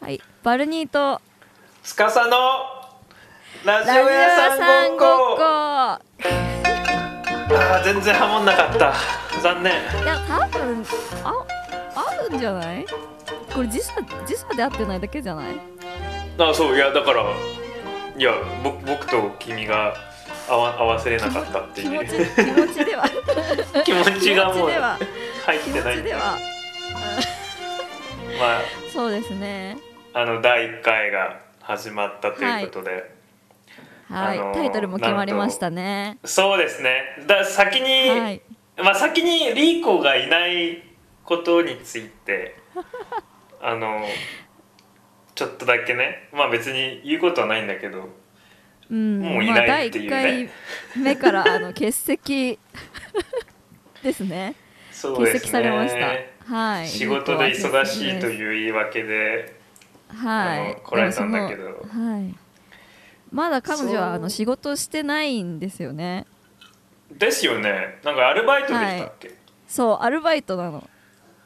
はい、バルニーと司のラジオ屋さんごっこ。全然ハモんなかった。残念。 いや多分合うんじゃない？これ時差で合ってないだけじゃない？ そう、いやだからいや僕と君が合わせれなかったっていう気持ちでは気持ちがもう入ってないんだよ。まあそうですね。 第1回が始まったということで、 はい、タイトルも決まりましたね。 そうですね。先に、はい、先にリーコがいないことについてちょっとだけね、別に言うことはないんだけど、もういないっていうね、 第1回目から欠席ですね。 そうですね、 欠席されました。はい、 仕事で忙しいという言い訳で、 はい、 来られたんだけど、 はい、まだ彼女は仕事してないんですよね。 ですよね。なんかアルバイトでしたっけ？はい、 そう、アルバイトなの。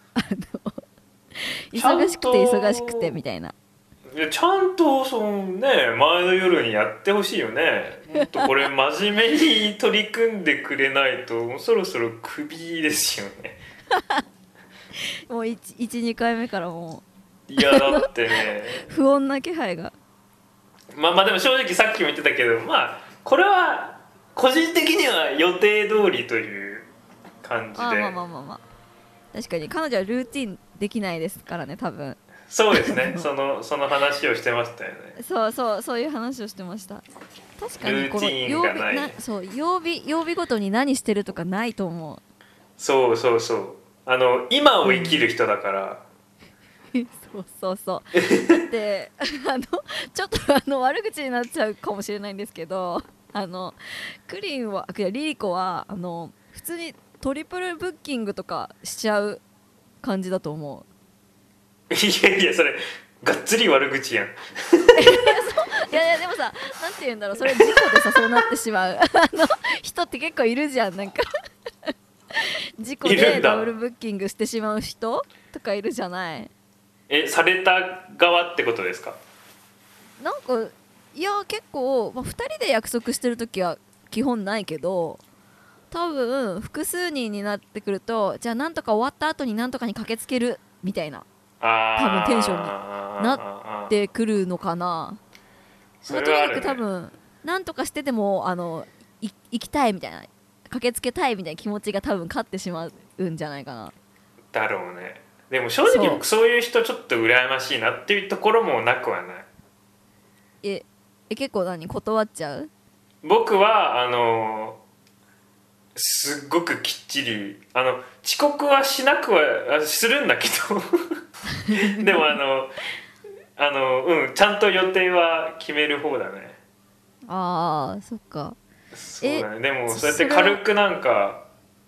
忙しくてみたいな。 いや、ちゃんと前の夜にやってほしいよね。もっとこれ真面目に取り組んでくれないともうそろそろクビですよね。 もう 1,2 回目からもう、いやだってね不穏な気配が。 でも正直さっきも言ってたけど、これは個人的には予定通りという感じで、 確かに彼女はルーティンできないですからね、多分。 そうですね。その話をしてましたよね。 そういう話をしてました。確かにこの曜日ごとに何してるとかないと思う。そう今を生きる人だから。 そうでちょっと悪口になっちゃうかもしれないんですけど、クリンはリリコは普通にトリプルブッキングとかしちゃう感じだと思う。 いやそれがっつり悪口やん。いやでもさ、なんて言うんだろう、それ事故でさそうなってしまう人って結構いるじゃん。なんか事故でダブルブッキングしてしまう人とかいるじゃない。 された側ってことですか？ なんかいや結構、2人で約束してる時は基本ないけど、多分複数人になってくると、じゃあなんとか終わった後になんとかに駆けつけるみたいな、多分テンションになってくるのかな。とにかく多分なんとかしてでも行きたいみたいな、駆けつけたいみたいな気持ちが多分勝ってしまうんじゃないかな。 だろうね。でも正直僕そういう人ちょっと羨ましいなっていうところもなくはない。 結構断っちゃう？ 僕はすっごくきっちり遅刻はしなくはするんだけどでもちゃんと予定は決める方だね。 ああ、そっか。 そうだね。でもそうやって軽くなんか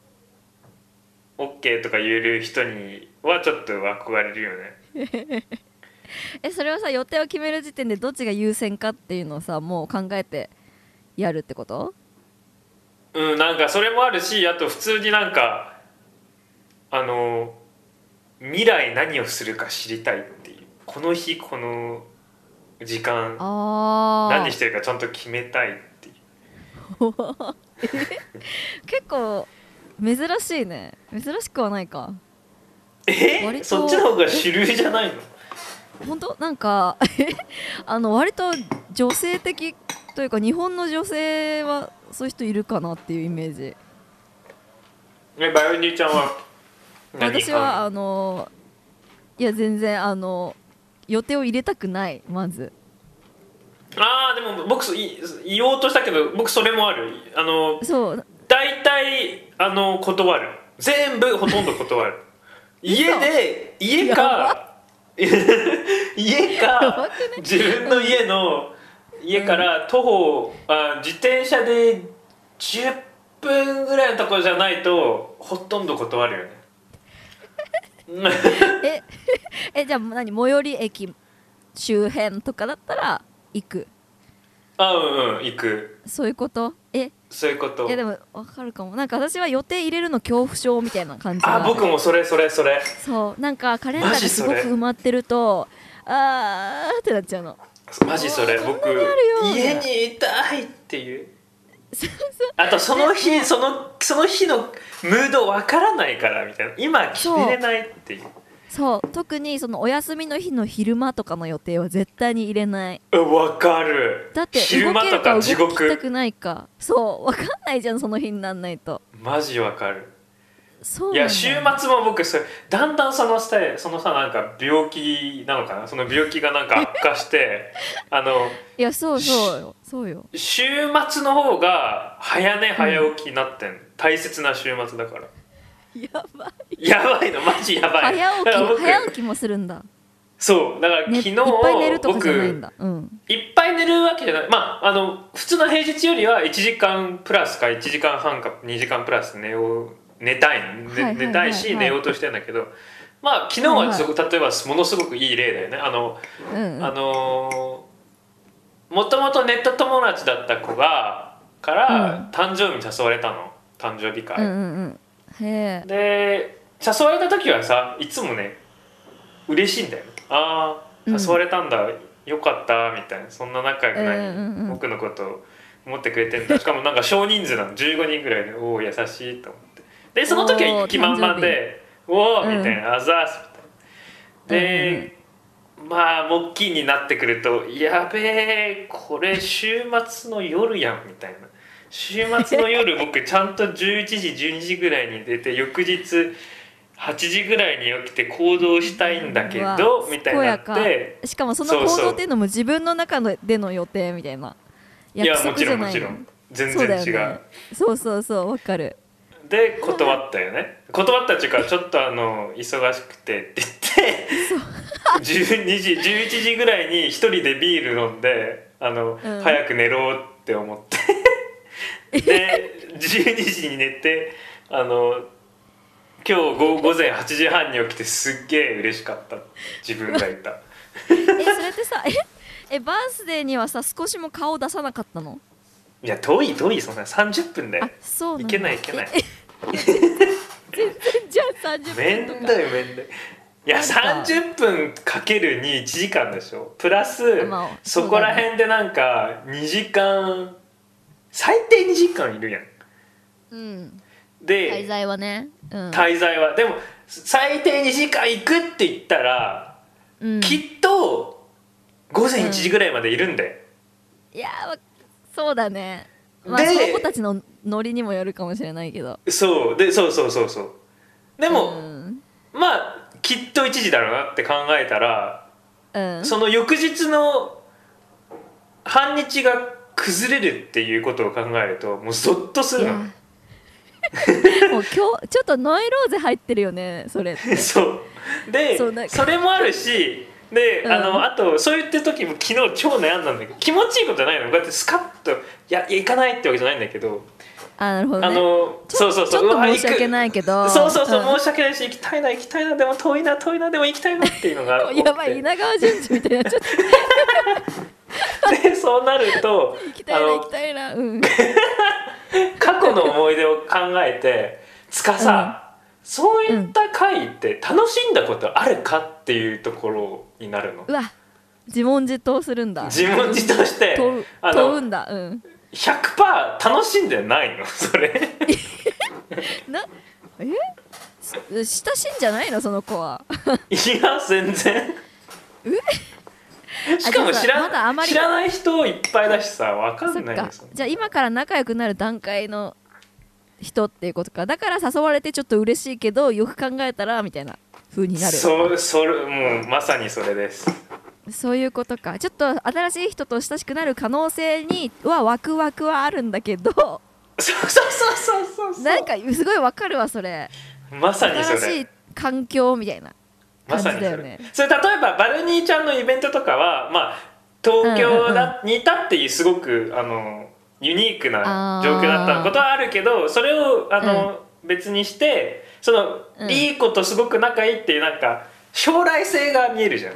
OK とか言える人にはちょっと憧れるよね。 それはさ、予定を決める時点でどっちが優先かっていうのをさ、もう考えてやるってこと？ なんかそれもあるし、あと普通になんか未来何をするか知りたいっていう、この日この時間何してるかちゃんと決めたいっていう結構珍しいね。珍しくはないか。 そっちの方が主流じゃないの？ 本当なんか割と女性的というか、日本の女性はそういう人いるかなっていうイメージ。 バイオニーちゃんは私はいや全然予定を入れたくない。まずでも僕言おうとしたけど、僕それもある。 そう大体断る。全部ほとんど断る。家か自分の家から徒歩自転車で10分ぐらいのところじゃないとほとんど断るよね。 じゃあ最寄り駅周辺とかだったら行く？ 行く。 そういうこと？ そういうこと。 いやでも分かるかも。なんか私は予定入れるの恐怖症みたいな感じが。 僕もそれ。 そう、なんかカレンダーがすごく埋まってるとあーってなっちゃうの。 マジそれうわ僕こんなにあるよ家にいたいっていう。あとその日その日のムードわからないからみたいな、今決めれないっていう。 そう特にそのお休みの日の昼間とかの予定は絶対に入れない。 わかる。 だって昼間と動けるか動か地獄。 きたくないか、そう分かんないじゃんその日になんないと。 マジわかる。 そうなんだいや週末も僕それだんだんそのさなんか病気なのかな、その病気がなんか悪化していやそうよそうよ。 週末の方が早寝早起きになってん、大切な週末だから。 やばいやばいのマジやばい。 早だから僕起きもするんだ。 そうだから昨日、 いっぱい寝るとか僕じゃないんだ。 いっぱい寝るわけじゃない。まあ普通の平日よりは1時間プラスか1時間半か2時間プラス寝たい、寝たいし寝ようとしてんだけど、まあ昨日は例えばものすごくいい例だよね。もともとネット友達だった子から誕生日に誘われたの、誕生日会、 へえ。 で誘われた時はさいつもね嬉しいんだよね。ああ誘われたんだ、よかったみたいな、そんな仲良くない僕のこと思ってくれてんだ。しかもなんか少人数なの、15人ぐらいで、おお優しいと思って、でその時は気満々でおおみたいな、あざーすみたいなで、まあモッキーになってくるとやべえこれ週末の夜やんみたいな。週末の夜僕ちゃんと11時12時ぐらいに出て翌日8時ぐらいに起きて行動したいんだけどみたいになって、 しかもその行動っていうのも自分の中での予定みたいな、約束じゃないの。 いやもちろん全然違う。 そうそうそうわかる。 で断ったよね。断ったっていうかちょっと忙しくてって言って12時11時ぐらいに一人でビール飲んで早く寝ろうって思ってで12時に寝て今日午前8時半に起きてすっげえ嬉しかった自分がいたそれってさバースデーにはさ少しも顔出さなかったの？ いや遠いそんな30分でそうなんだ。 いけない全然じゃあ30分とかめんどいいや30分かけるに1時間でしょ、プラス、そこら辺でなんか2時間最低2時間いるやん、で滞在はね、 滞在はでも最低2時間行くって言ったら、きっと午前1時ぐらいまでいるんで、 いやそうだね。まあその子たちのノリにもよるかもしれないけど、 そうででも、まあきっと1時だろうなって考えたら、その翌日の半日が崩れるっていうことを考えるともうゾッとするの。もう今日ちょっとノイローゼ入ってるよねそれってそうでそれもあるしで、あとそう言ってる時も昨日超悩んだんだけど、気持ちいいことじゃないの、こうやってスカッと行かないってわけじゃないんだけど、 なるほどね。 そうちょっと申し訳ないけど、 そう申し訳ないし、行きたいなでも遠いなでも行きたいなっていうのがやばい稲川淳二みたいになっちゃってでそうなると行きたいな過去の思い出を考えてそういった回って楽しんだことあるかっていうところになるの。 うわ自問自答するんだ。 自問自答して問うんだ。 100% 楽しんでないのそれ親しいんじゃないのその子は。 いや全然しかも知らない人いっぱいだしさ分かんないです。 じゃあ今から仲良くなる段階の人っていうことか。だから誘われてちょっと嬉しいけどよく考えたらみたいな風になる。 それもうまさにそれです。 そういうことか。ちょっと新しい人と親しくなる可能性にはワクワクはあるんだけどそうなんかすごいわかるわそれ。 まさにそれ新しい環境みたいな感じだよね。 それ例えばバルニーちゃんのイベントとかはまあ東京にいたっていうすごくユニークな状況だったことはあるけど、それを別にしていい子とすごく仲いいっていうなんか将来性が見えるじゃん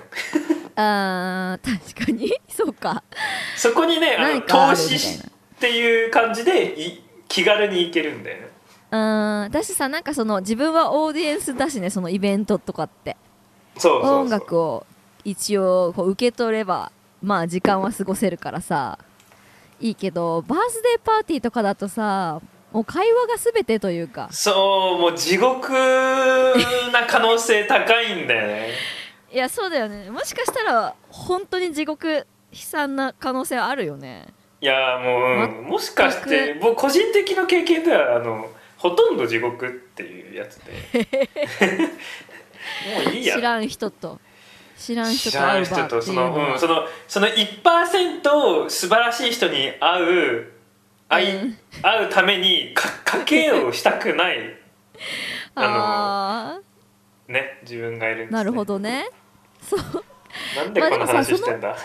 確かにそうか。 そこにね投資っていう感じで気軽に行けるんだよね。 私さなんか自分はオーディエンスだしね、そのイベントとかってそう音楽を一応こう受け取ればまあ時間は過ごせるからさいいけど、バースデーパーティーとかだとさもう会話が全てというか、 そうもう地獄な可能性高いんだよね。 いやそうだよね、もしかしたら本当に地獄悲惨な可能性はあるよね。 いやもう、もしかして僕個人的な経験ではほとんど地獄っていうやつでもういいや、 知らん人と会う場っていうのはその 1% 素晴らしい人に会うために賭けをしたくないあね、自分がいるんです、ね、 なるほどね。そうなんでこの話してんだ、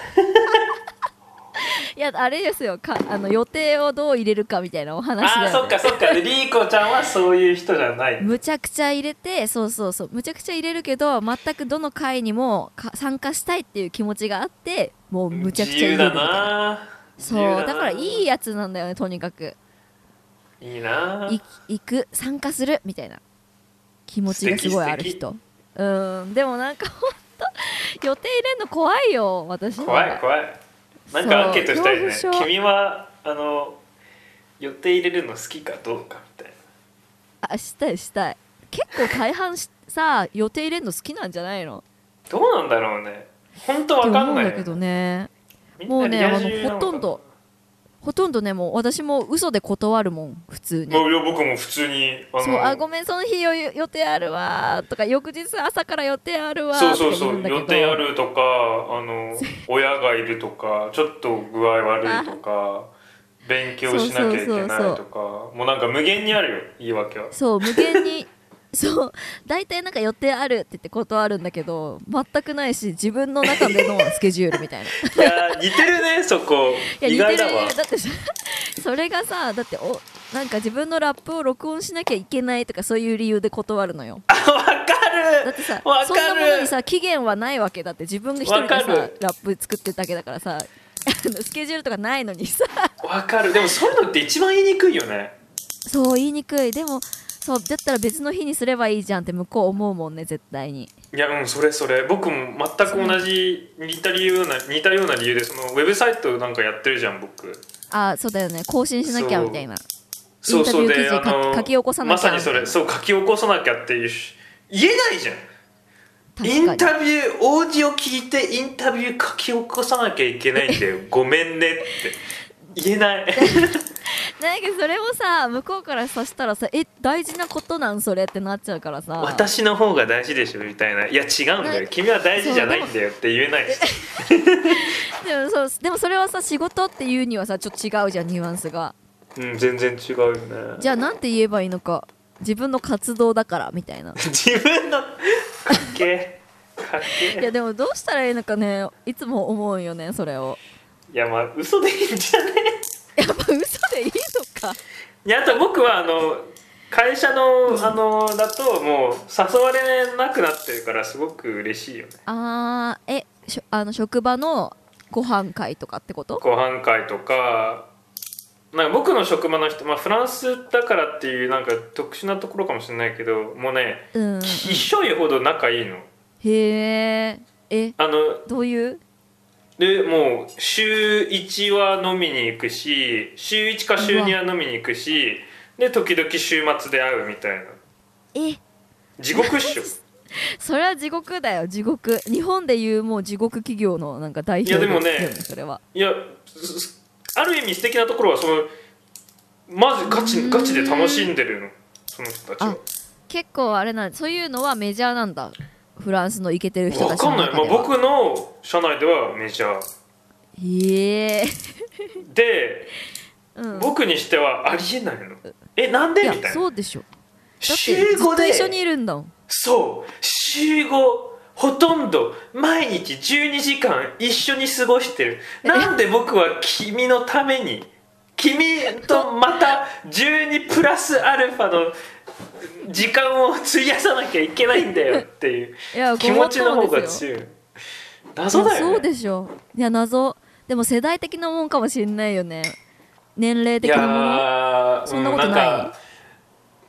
いやあれですよ予定をどう入れるかみたいなお話だよね。 そっかそっか、でリーコちゃんはそういう人じゃないむちゃくちゃ入れて、そうむちゃくちゃ入れるけど全くどの会にも参加したいっていう気持ちがあってもうむちゃくちゃ入れるみたいな。そうだからいいやつなんだよね、とにかくいいな、 行く参加するみたいな気持ちがすごいある人。でもなんかほんと予定入れるの怖いよ私は。怖いなんかアンケートしたいね。 恐怖症。 君は予定入れるの好きかどうかみたいな。したい結構大半さ予定入れるの好きなんじゃないの。 どうなんだろうね、本当わかんないって思うんだけどね。もうねほとんどねもう私も嘘で断るもん普通に。 いや僕も普通にそうごめんその日予定あるわとか翌日朝から予定あるわそうとか言うんだけど、 予定あるとか親がいるとかちょっと具合悪いとか勉強しなきゃいけないとかもうなんか無限にあるよ言い訳は。 そう無限にそう大体なんか予定あるって言って断るんだけど全くないし自分の中でのスケジュールみたいな。 いや似てるねそこ。意外だわ。 だってそれがさだってなんか自分のラップを録音しなきゃいけないとかそういう理由で断るのよ。 わかる。 だってさそんなものにさ期限はないわけだって、自分が一人でさラップ作ってるだけだからさスケジュールとかないのにさ。 わかる。でもそういうのって一番言いにくいよね。 そう言いにくい。でもそうだったら別の日にすればいいじゃんって向こう思うもんね絶対に。 いやそれ僕も全く同じ似たような理由でそのウェブサイトなんかやってるじゃん僕。 そうだよね、更新しなきゃみたいな。 そうインタビュー記事書き起こさなきゃ。 まさにそれ、そう書き起こさなきゃっていう言えないじゃん。インタビューオーディオ聞いてインタビュー書き起こさなきゃいけないんだよごめんねって言えないなんかそれもさ向こうからさしたらさ大事なことなんそれってなっちゃうからさ、 私の方が大事でしょみたいな。いや違うんだよ君は大事じゃないんだよって言えないしでもそれはさ仕事っていうにはさちょっと違うじゃんニュアンスが。 全然違うよね。 じゃあなんて言えばいいのか、自分の活動だからみたいな自分のかっけいやでもどうしたらいいのかねいつも思うよねそれを。 いや嘘でいいんじゃねやっぱ嘘でいいのか。 いやあと僕は会社のだともう誘われなくなってるからすごく嬉しいよね。 職場のご飯会とかってこと？ ご飯会とかなんか僕の職場の人、フランスだからっていうなんか特殊なところかもしれないけどもうね、一緒いほど仲いいの。 へえ。どういうでもう週1は飲みに行くし週1か週2は飲みに行くしで時々週末で会うみたいな。地獄っしょそれは地獄だよ地獄。日本でいうもう地獄企業のなんか代表だよね。 いやでもねそれは。 いやある意味素敵なところはまずガチで楽しんでるのその人たちは。 結構あれそういうのはメジャーなんだフランスのイケてる人たちの中では。 分かんない、僕の社内ではメジャーで、僕にしてはありえないの。なんでみたいな。 そうでしょ、だって週ずっ 5でと一緒にいるんだもん。 そう週5ほとんど毎日12時間一緒に過ごしてる。なんで僕は君のために君とまた12プラスアルファの時間を費やさなきゃいけないんだよっていう気持ちの方が強い。謎だよね。 そうでしょ。いや謎。でも世代的なもんかもしれないよね。年齢的なもの。そんなことない。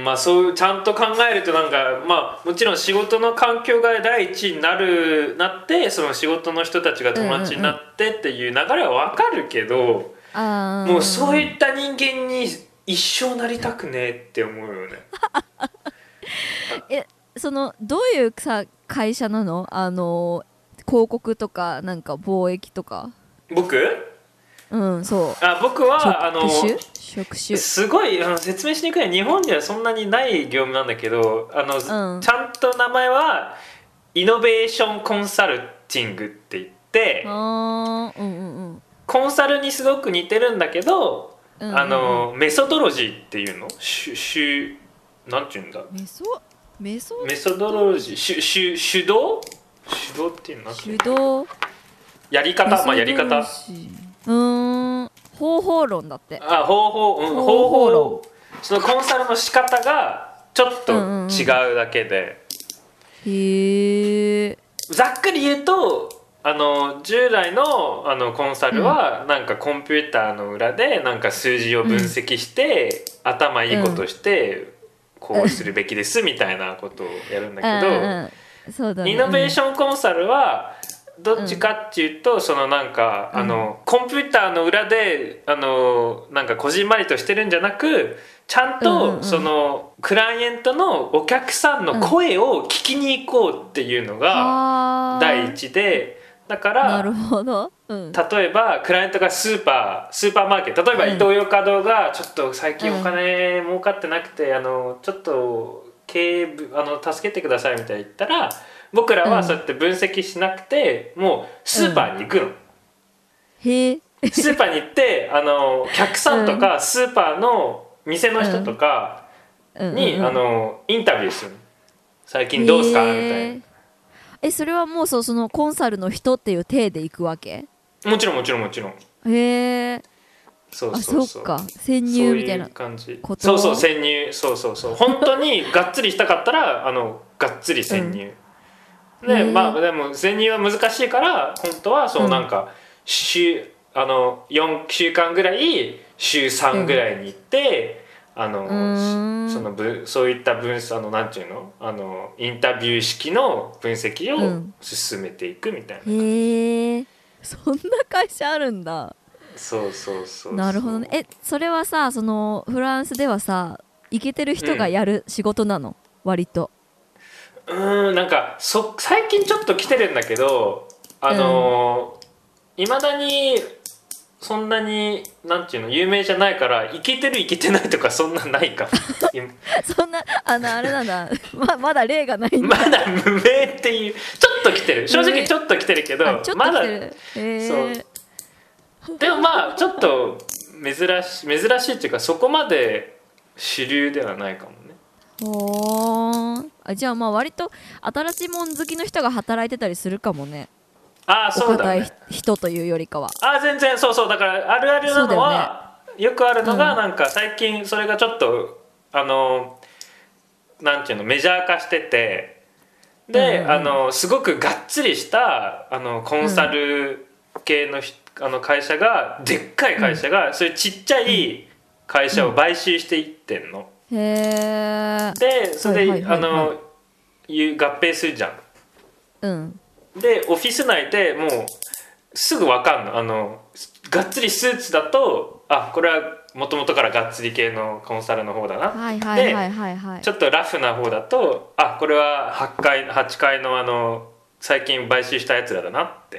まあそうちゃんと考えるとなんかまあもちろん仕事の環境が第一になってその仕事の人たちが友達になってっていう流れはわかるけど、もうそういった人間に一生なりたくねえって思うよね。 そのどういうさ会社なの？広告とかなんか貿易とか。 僕そう。 僕は職種すごい説明しにくい。日本にはそんなにない業務なんだけどちゃんと名前はイノベーションコンサルティングって言って、コンサルにすごく似てるんだけど、メソドロジーっていうのなんていうんだ、メソドロジー手動っていうのやり方やり方方法論だって。 方法論。そのコンサルの仕方がちょっと違うだけで、 へえ。 ざっくり言うと従来のコンサルはなんかコンピューターの裏でなんか数字を分析して、頭いいことしてこうするべきですみたいなことをやるんだけど、 そうだね、 イノベーションコンサルはどっちかっていうと、そのなんかコンピューターの裏でなんかこじんまりとしてるんじゃなく、ちゃんとそのクライアントのお客さんの声を聞きに行こうっていうのが第一で、だからなるほど、 例えばクライアントがスーパーマーケット、例えばイトーヨーカドーがちょっと最近お金儲かってなくてちょっと経営助けてくださいみたいに言ったら、僕らはそうやって分析しなくて、もうスーパーに行くの、 へえ。 スーパーに行って客さんとかスーパーの店の人とかに、インタビューするの。最近どうすかみたいな。 それはもうそのコンサルの人っていう体で行くわけ？ もちろん。 へえ。 そうそっか、潜入みたいな感じ。 こと。 そう潜入、そう本当にがっつりしたかったらがっつり潜入、でまあでも潜入は難しいから、本当はそうなんか4週間ぐらい週3ぐらいに行って、そういったなんていうのインタビュー式の分析を進めていくみたいな、 へえ。そんな会社あるんだ。 そうなるほどね。それはさ、そのフランスではさ、イケてる人がやる仕事なの？割となんか最近ちょっと来てるんだけど、いまだにそんなになんていうの有名じゃないから、イケてるイケてないとかそんなないかもそんなあれなんだまだ例がないんだ。 まだ無名っていう、ちょっと来てる、正直ちょっと来てるけど、まだそうでもまあちょっと珍しいっていうか、そこまで主流ではないかもね。 じゃあまあ割と新しいもん好きの人が働いてたりするかもね。 そうだね。 お堅い人というよりかは。 全然そうだから、あるあるなのは、よくあるのが、なんか最近それがちょっとなんていうのメジャー化してて、で、すごくがっつりしたコンサル系の会社が、でっかい会社が、そういうちっちゃい会社を買収していってんの。 へー。 でそれで、合併するじゃん。でオフィス内でもうすぐ分かんの。がっつりスーツだと、これはもともとからがっつり系のコンサルの方だな。でちょっとラフな方だと、これは8階の最近買収したやつらだなって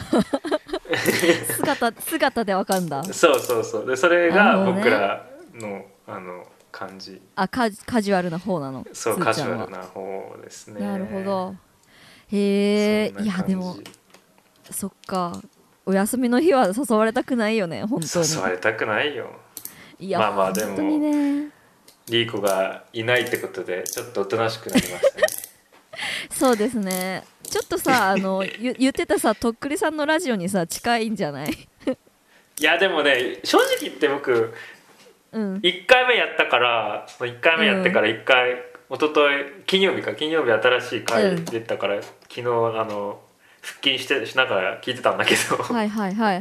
姿で分かんだ。 そうで、それが僕らの感じ。 カジュアルな方なの。 そうカジュアルな方ですね。 なるほど。へえ。いやでもそっか、お休みの日は誘われたくないよね、本当に。 誘われたくないよ。 いやまあでも本当にね、 リーコがいないってことでちょっとおとなしくなりましたねそうですね。ちょっとさ言ってたさ、とっくりさんのラジオにさ近いんじゃない？ いやでもね、正直言って僕、1回目やったから1回目やってから1回、一昨日金曜日新しい回出たから、昨日腹筋しながら聞いてたんだけど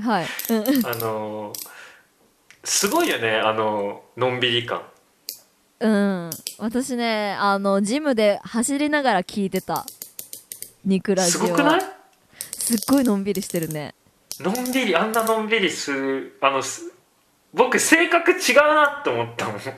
すごいよね、のんびり感。 うん、私ねジムで走りながら聞いてた肉ラジオ。 すごくない？ すっごいのんびりしてるね。 のんびり、あんなのんびりする僕性格違うなって思ったもんあん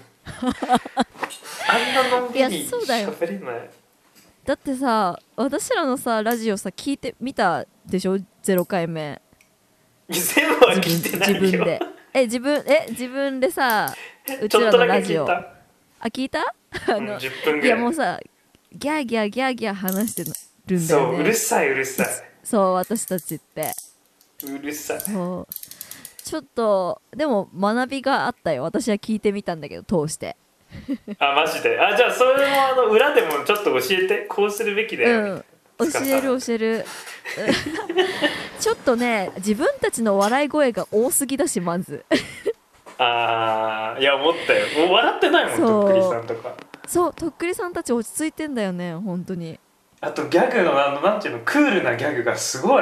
なのんびりいやそうだよ。 喋れない。 だってさ私らのさラジオさ聞いてみたでしょ、0回目。 全部は聞いてないよ。 自分で自分でさうちらちょっとだけのラジオ聞いた。 聞いた 10分いぐらい。 やもうさギャーギャーギャーギャー話してるんだそう、 よね。 うるさいうるさい。 そう私たちってうるさい。 そうちょっとでも学びがあったよ。私は聞いてみたんだけど通して。 あ、マジで。じゃあそれも裏でもちょっと教えて。こうするべきだよ、 うん教える教えるちょっとね自分たちの笑い声が多すぎだしまずいや思ったよ。もう笑ってないもん、 そうとっくりさんとか。 そうとっくりさんたち落ち着いてんだよね本当に。 あとギャグのなんていうの、クールなギャグがすごい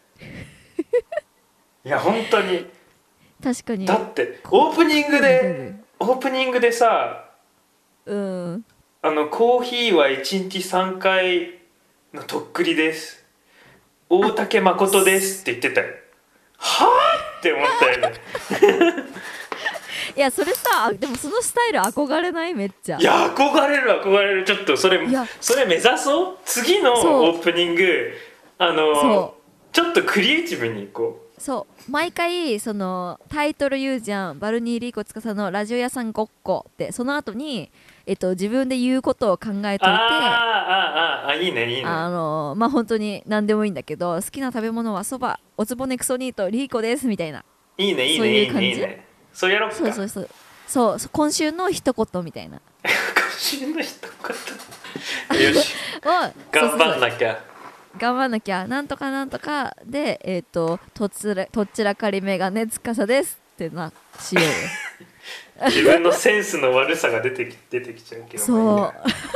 いや本当に。 確かに。 だってオープニングでさ、 うんコーヒーは1日3回のとっくりです、大竹誠ですって言ってたよ。はぁって思ったよねいやそれさでもそのスタイル憧れない？めっちゃ。 いや憧れる。ちょっとそれいや目指そう。次のそうオープニングちょっとクリエイティブにいこう。 そう毎回そのタイトル言うじゃん。バルニー・リーコ司のラジオ屋さんごっこってその後に自分で言うことを考えといていいねいいね。 まあ本当に何でもいいんだけど好きな食べ物はそばおつぼねクソニートリーコですみたいな。 いいねいいそうねいう感じ。 いいね。そうやろうか。 そう今週の一言みたいな今週の一言よし頑張んなきゃ。 頑張んなきゃなんとかなんとかでとっちらかりメガネつかさですってしようよ自分のセンスの悪さが出てきちゃうけど。 そう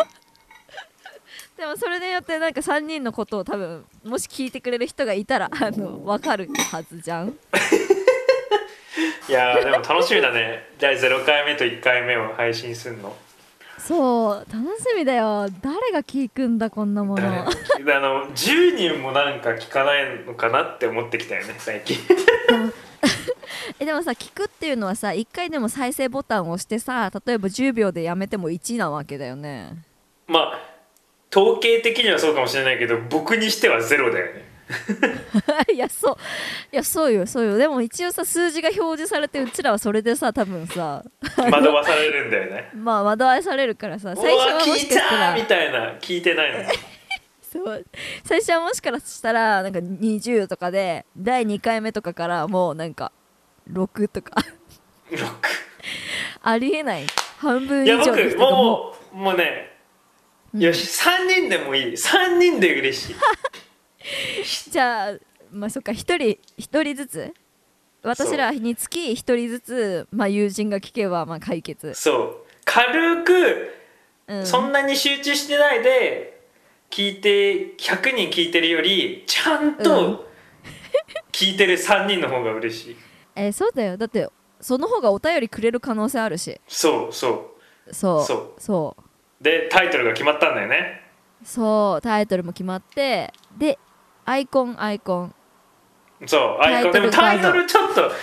でもそれによってなんか3人のことを多分もし聞いてくれる人がいたら分かるはずじゃんいやでも楽しみだね。じゃあ0回目と1回目を配信するの。 そう楽しみだよ。誰が聞くんだこんなもの 10人もなんか聞かないのかなって思ってきたよね最近でもさ聞くっていうのはさ1回でも再生ボタンを押してさ例えば10秒でやめても1なわけだよね。 まあ統計的にはそうかもしれないけど僕にしてはゼロだよねいやそうよ。でも一応さ数字が表示されてうちらはそれでさ多分さ惑わされるんだよねまあ惑わされるからさ最初はもしかしたら聞いたみたいな聞いてないのそう最初はもしかしたらなんか20とかで第2回目とかからもうなんか6とか 6 ありえない半分以いや僕上の人がもうね、よし3人でもいい。3人で嬉しいじゃあまあそっか1人ずつ私らにつき1人ずつ、まあ、友人が聞けばまあ解決。 そう軽く、そんなに集中してないで聞いて100人聞いてるよりちゃんと聞いてる3人の方が嬉しい、 そうだよ。だってその方がお便りくれる可能性あるし。そうでタイトルが決まったんだよね。 そうタイトルも決まってでアイコンそうアイコンでもタイトルちょっと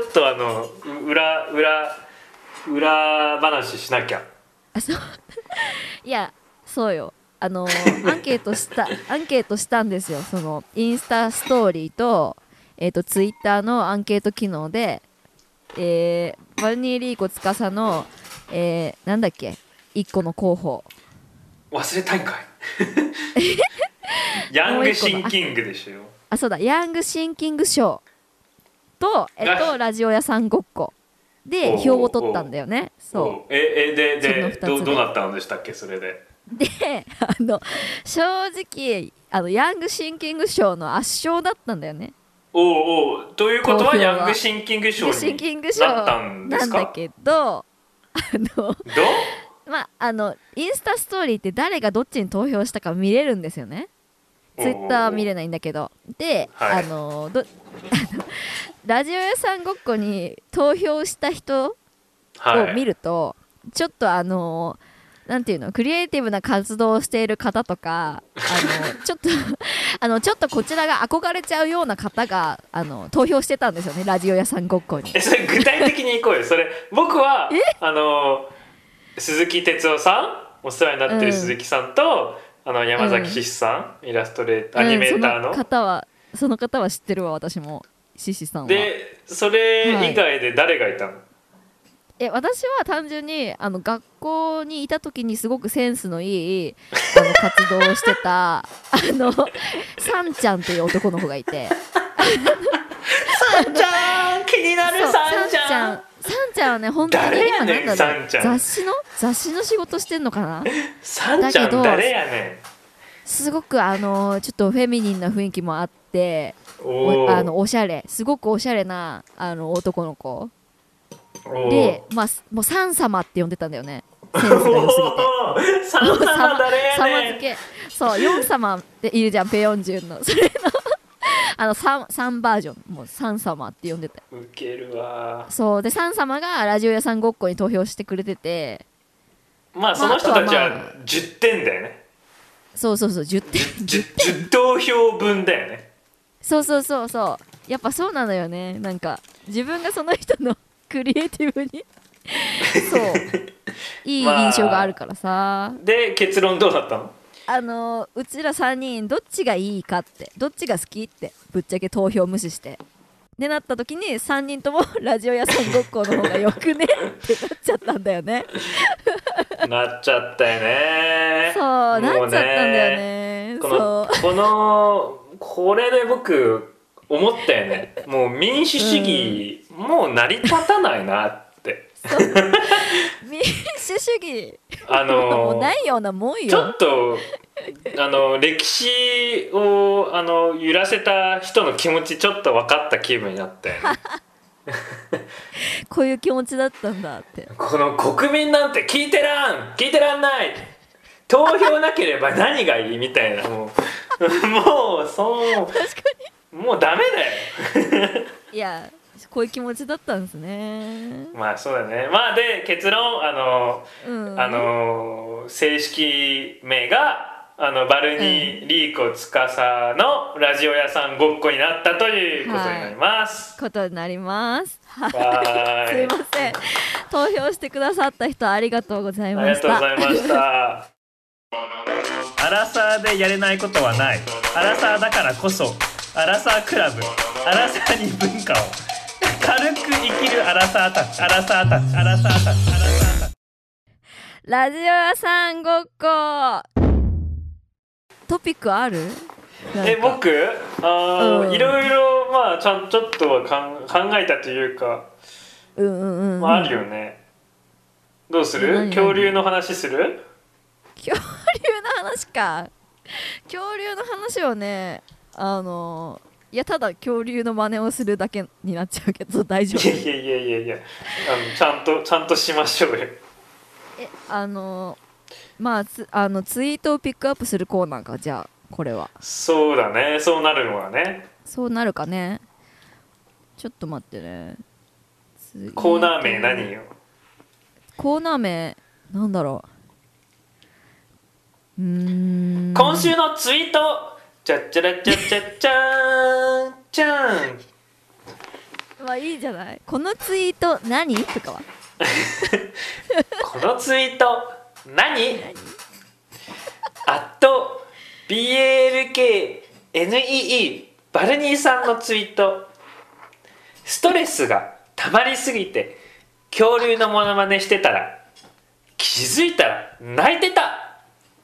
裏話しなきゃ。 そういやそうよアンケートしたんですよ。そのインスタストーリーとツイッターのアンケート機能でバルニー・リーコ司のなんだっけ1個の候補忘れたいんかいヤングシンキングでしょ。 あそうだヤングシンキング賞とラジオ屋さんごっこで票を取ったんだよね。そうでどうなったんでしたっけそれで。 で正直ヤングシンキング賞の圧勝だったんだよね。 ということはヤングシンキング賞になったんですか。 なんだけどまあインスタストーリーって誰がどっちに投票したか見れるんですよね。ツイッターは見れないんだけどで、 はい、 ラジオ屋さんごっこに投票した人を見ると、 ちょっとなんていうの、クリエイティブな活動をしている方とか、ちょっとちょっとこちらが憧れちゃうような方が投票してたんですよね、ラジオ屋さんごっこに。 それ具体的にいこうよ。それ僕は鈴木哲夫さん、お世話になってる鈴木さんと、山崎獅子さん、イラストレーター、アニメーターの、 その方は知ってるわ、私も。獅子さんは。 でそれ以外で誰がいたの？ 私は単純に学校にいた時にすごくセンスのいい活動をしてたさんちゃんっていう男の子がいてさんちゃん気になる。さんちゃんはね、本当に誰やねん。さんちゃん雑誌の仕事してんのかな。 さんちゃん誰やねん。 すごくちょっとフェミニンな雰囲気もあって、おしゃれ、すごくおしゃれな男の子で、まあ、もうサン様って呼んでたんだよね、センスが良すぎて。 サン様誰やねん。 付け、そう、ヨン様っているじゃん、ペヨンジュンのそれの3バージョン、もうサン様って呼んでた。 ウケるわ。 そうで、サン様がラジオ屋さんごっこに投票してくれてて、 まあその人たちは10点だよね。 そう10点 10投票分だよね。 そうやっぱそうなのよね。なんか自分がその人のクリエイティブにそういい印象があるからさ、 で結論どうだったの？ うちら3人どっちがいいかって、どっちが好きってぶっちゃけ投票無視してでなった時に、3人ともラジオ屋さんごっこの方がよくねってなっちゃったんだよねなっちゃったよね。 そうなっちゃったんだよね。 これで僕思ったよね。もう民主主義、もう成り立たないなって民主主義もうないようなもんよ。 ちょっと歴史を揺らせた人の気持ちちょっと分かった気分になったよねこういう気持ちだったんだって。 この国民なんて聞いてらんない、投票なければ何がいいみたいな、もうそう確かにもうダメだよいや、こういう気持ちだったんですね。 まあそうだね。まあで結論正式名がバルニーリーコ司のラジオ屋さんごっこになったということになります。 ことになります。 はい。すいません。投票してくださった人ありがとうございました。 ありがとうございました。アラサーでやれないことはない。アラサーだからこそ、アラサークラブ、アラサーに文化を。軽く生きるアラサーたち。 ラジオ屋さんごっこ。トピックある？ 僕いろいろまあちょっとは考えたというか、まああるよね。どうする？恐竜の話する？ 恐竜の話か。恐竜の話はね、いやただ恐竜の真似をするだけになっちゃうけど大丈夫？ いやちゃんとしましょうよ。 まあツイートをピックアップするコーナーか。じゃあこれはそうだね。そうなるのはね。 そうなるかね。ちょっと待ってね。 コーナー名何よ？ コーナー名なんだろう。 今週のツイートチャッチャラチャッチャッチャーンチャーン。 まあいいじゃない。このツイート何とかはこのツイート何@BALKNEE バルニーさんのツイート。ストレスが溜まりすぎて恐竜のモノマネしてたら気づいたら泣いてた。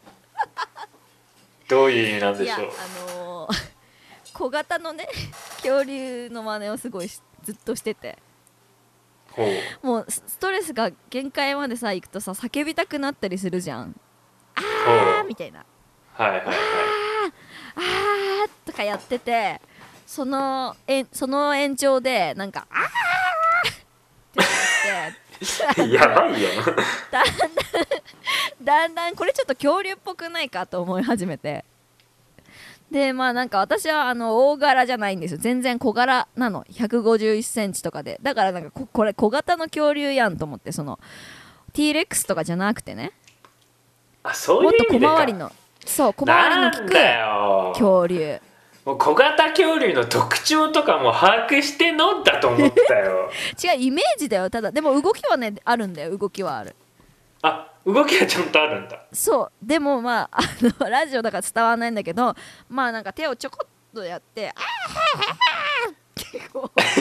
どういう意味なんでしょう？ いや小型のね恐竜の真似をすごいずっとしてて、もうストレスが限界までさ行くとさ叫びたくなったりするじゃん。あーみたいな、 はいはいはい、 あーとかやってて、その延長でなんかあーって言ってやばいよだんだんこれちょっと恐竜っぽくないかと思い始めて、でまあなんか私は大柄じゃないんですよ。全然小柄なの。151センチとかで、だからなんかこれ小型の恐竜やんと思って、その T レックスとかじゃなくてね、 あ、そうもっと小いう意味でか。 回りの、そう小回りの利くなんだよ、 恐竜。 もう小型恐竜の特徴とかも把握してんのだと思ったよ。 違う、イメージだよ。ただでも動きはねあるんだよ。動きはある。 あ、動きはちゃんとあるんだ。 そうでもまあラジオだから伝わらないんだけど、まあなんか手をちょこっとやってあーってこう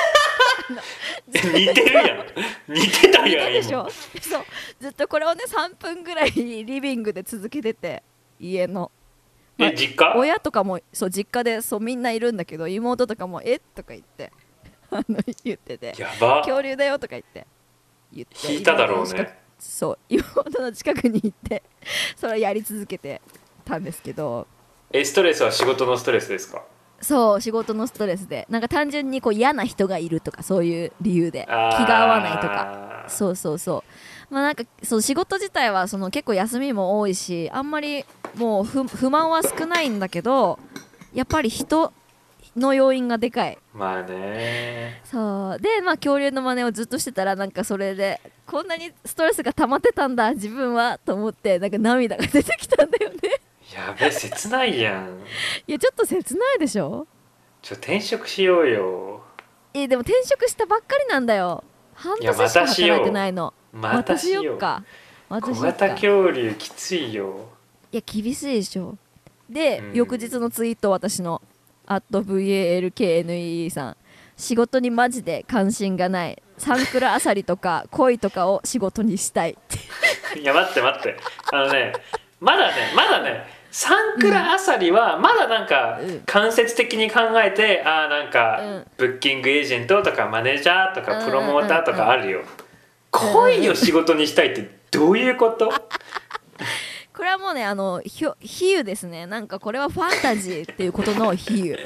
似てるやん。似てた似やん今。 たでしょ。そうずっとこれをね3分ぐらいリビングで続けてて、家の、まあ実家？ 親とかもそう実家でそうみんないるんだけど、妹とかもえとか言って言ってて、 やば。 恐竜だよとか言って引いただろうね。 妹の近く、そう妹の近くに行ってそれをやり続けてたんですけど、 ストレスは仕事のストレスですか？ そう仕事のストレスで、なんか単純にこう嫌な人がいるとか、そういう理由で気あーが合わないとか、そうそうそう、まあなんかそう仕事自体はその結構休みも多いし、あんまりもう不満は少ないんだけど、やっぱり人の要因がでかい。 まあね。 そうで、まあ恐竜の真似をずっとしてたら、なんかそれでこんなにストレスが溜まってたんだ自分はと思って、なんか涙が出てきたんだよね。 やべ、切ないやん。 いやちょっと切ないでしょ。 転職しようよ。 でも転職したばっかりなんだよ。半いや年しかまたしよう働いてないの。 またしよう。 よっか。また小しよっか。 型恐竜きついよ。 いや厳しいでしょ。で、 うん翌日のツイート、私の@VALKNE さん、仕事にマジで関心がない、サンクラあさりとか恋とかを仕事にしたいっていや待って待って、まだねサンクラあさりはまだなんかうん間接的に考えて、なんかうんブッキングエージェントとかマネージャーとかうんプロモーターとかあるよ。恋を仕事にしたいってどういうこと？ これはもうね比喩ですね。なんかこれはファンタジーっていうことの比喩。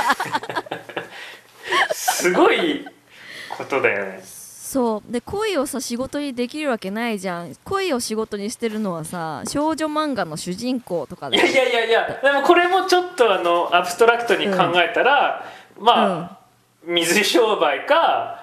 すごいことだよね。 そうで、恋をさ仕事にできるわけないじゃん。恋を仕事にしてるのはさ少女漫画の主人公とかいだよ。 やでもこれもちょっとアブストラクトに考えたら、まあ、水商売か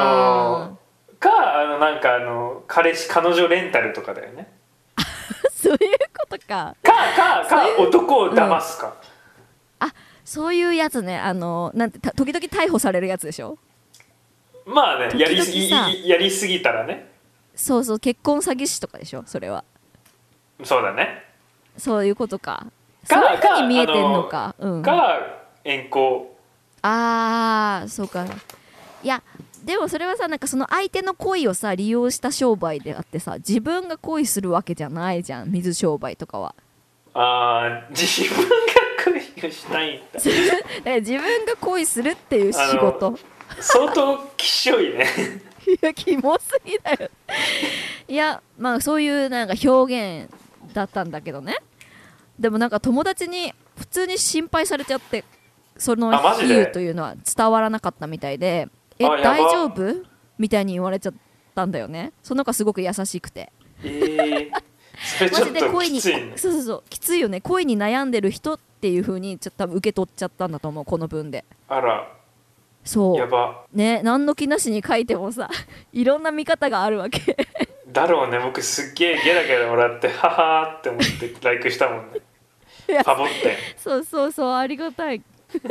なんか彼女レンタルとかだよね。 そういうことか。 男を騙すか、 そういうやつね。なんて時々逮捕されるやつでしょ。 まあね、 時々さやりすぎたらね。 そうそう、結婚詐欺師とかでしょそれは。 そうだね。 そういうことか。そういうふうに見えてんのか。 遠行。 そうか。いやでもそれはさ、なんかその相手の恋をさ利用した商売であってさ、自分が恋するわけじゃないじゃん、水商売とかは。 自分が恋をしたいんだ。 だから自分が恋するっていう仕事。 相当きしょいね。 いやキモすぎだよ。いやまあそういうなんか表現だったんだけどね。でもなんか友達に普通に心配されちゃって、その比喩というのは伝わらなかったみたいで、大丈夫みたいに言われちゃったんだよね。その子はすごく優しくて、 それちょっときついね。 そうきついよね。恋に悩んでる人っていう風にちょっと多分受け取っちゃったんだと思う、この文で。 あら、 そうやばね、何の気なしに書いてもさいろんな見方があるわけ。 だろうね。僕すっげえゲラゲラもらってははーって思ってライクしたもんね。パボってそうありがたい。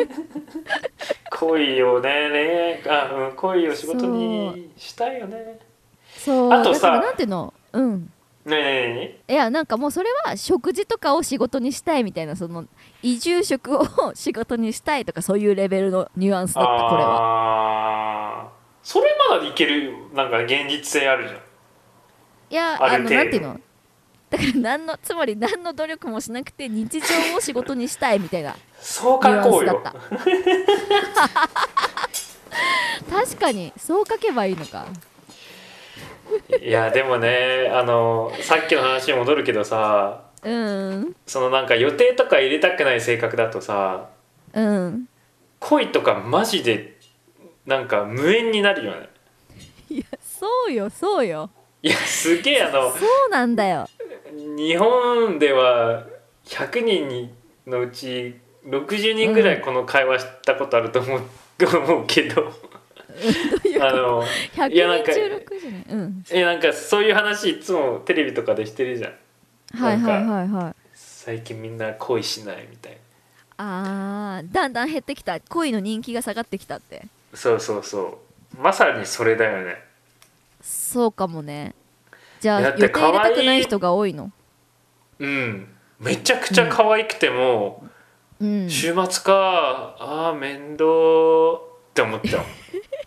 恋を恋を仕事にしたいよね。 そうあとさ、 だからなんていうの、 ねいやなんかもうそれは食事とかを仕事にしたいみたいな、その移住食を仕事にしたいとか、そういうレベルのニュアンスだった。これはそれまだいける。なんか現実性あるじゃん。 いやなんていうの、だからつまり何の努力もしなくて日常を仕事にしたいみたいなそうニュア書こうよ。 ンスだった。確かにそう書けばいいのか。 いやでもね、さっきの話に戻るけどさ、そのなんか予定とか入れたくない性格だとさ、恋とかマジでなんか無縁になるよね。 いやそうよ。 いやすげえそうなんだよ。 日本では100人のうち60人ぐらいこの会話したことあると思うけど、 あの 100 いやなんか人中6じゃない。うん。 なんかそういう話いつもテレビとかでしてるじゃん。 はいはいなんかはいはい。 最近みんな恋しないみたいだんだん減ってきた、恋の人気が下がってきたって。 な。そうそうそう、まさにそれだよね。 そうかもね。じゃあだって予定入れ可愛い、 たくない人が多いの？ うん、めちゃくちゃうん可愛くても、 うん。 週末か面倒って思っちゃう。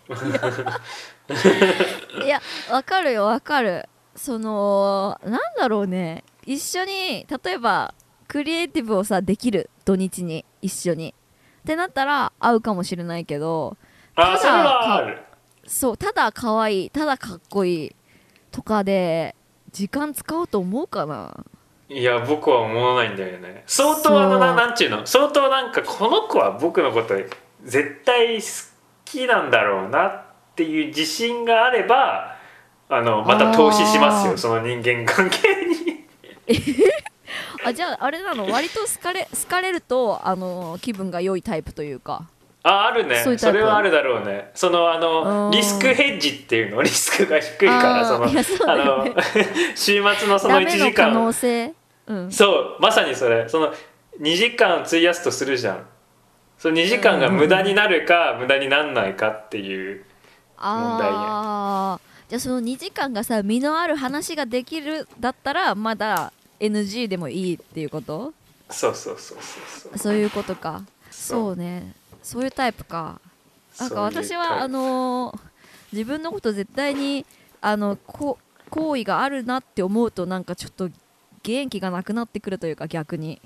いや、わかるよわかる。そのなんだろうね、一緒に例えばクリエイティブをさできる土日に一緒にってなったら合うかもしれないけど、たそれだかはある。 そうただ可愛いただかっこいいとかで時間使おうと思うかな。 いや僕は思わないんだよね。相当そなんちゅうの、相当なんかこの子は僕のこと絶対好きなんだろうなっていう自信があればう。 また投資しますよ、 あその人間関係に。 じゃああれなの、割と好かれると気分が良いタイプというか、 あるね、 そういうタイプ。 それはあるだろうね。リスクあヘッジっていうの、リスクが低いからいやそうだよね。 週末のそのダ 1 メの可能時間、 性。うん。 そうまさにそれ、その2時間費やすとするじゃん。その2時間が無駄になるか無駄になんないかっていう問題や。 じゃあその2時間がさ身のある話ができるだったらまだ NG でもいいっていうこと？ そうそうそうそうそう、 そういうことか。 そうそうね、そういうタイプか。なんかそういうタイプ。 私は自分のこと絶対に好意があるなって思うとなんかちょっと元気がなくなってくるというか、逆に。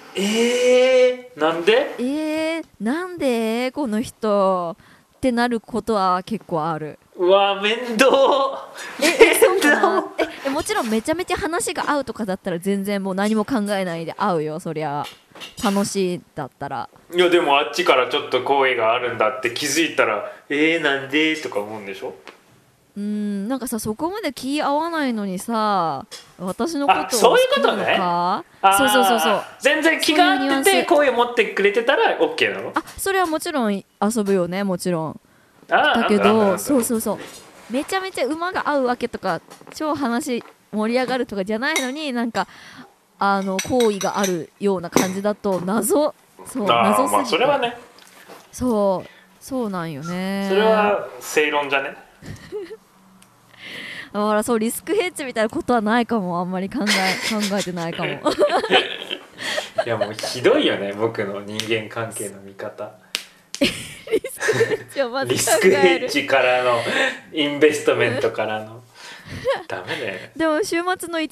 なんで？ なんでこの人ってなることは結構ある。 うわ面倒。 そうか面倒。 な。もちろんめちゃめちゃ話が合うとかだったら全然もう何も考えないで会うよ、そりゃ。楽しいだったら。 いやでもあっちからちょっと好意があるんだって気づいたらなんでとか思うんでしょ。 なんかさ、そこまで気合わないのにさ、私のことをそういう好きなのことね。 か？そうそうそうそう。 全然気が合ってて好意を持ってくれてたら OK なの？ それはもちろん遊ぶよね、もちろん。だけなんだなんだなど、 んだ。 そうそうそう。めちゃめちゃ馬が合うわけとか、超話盛り上がるとかじゃないのに、なんか好意があるような感じだと謎すぎて。 それはね、 そうなんよね。 それは正論じゃね。 だからそう、リスクヘッジみたいなことはないかも。あんまり考えてないかも。 いやもうひどいよね、僕の人間関係の見方。リスクヘッジからのインベストメントからのダメだよね。 でも週末の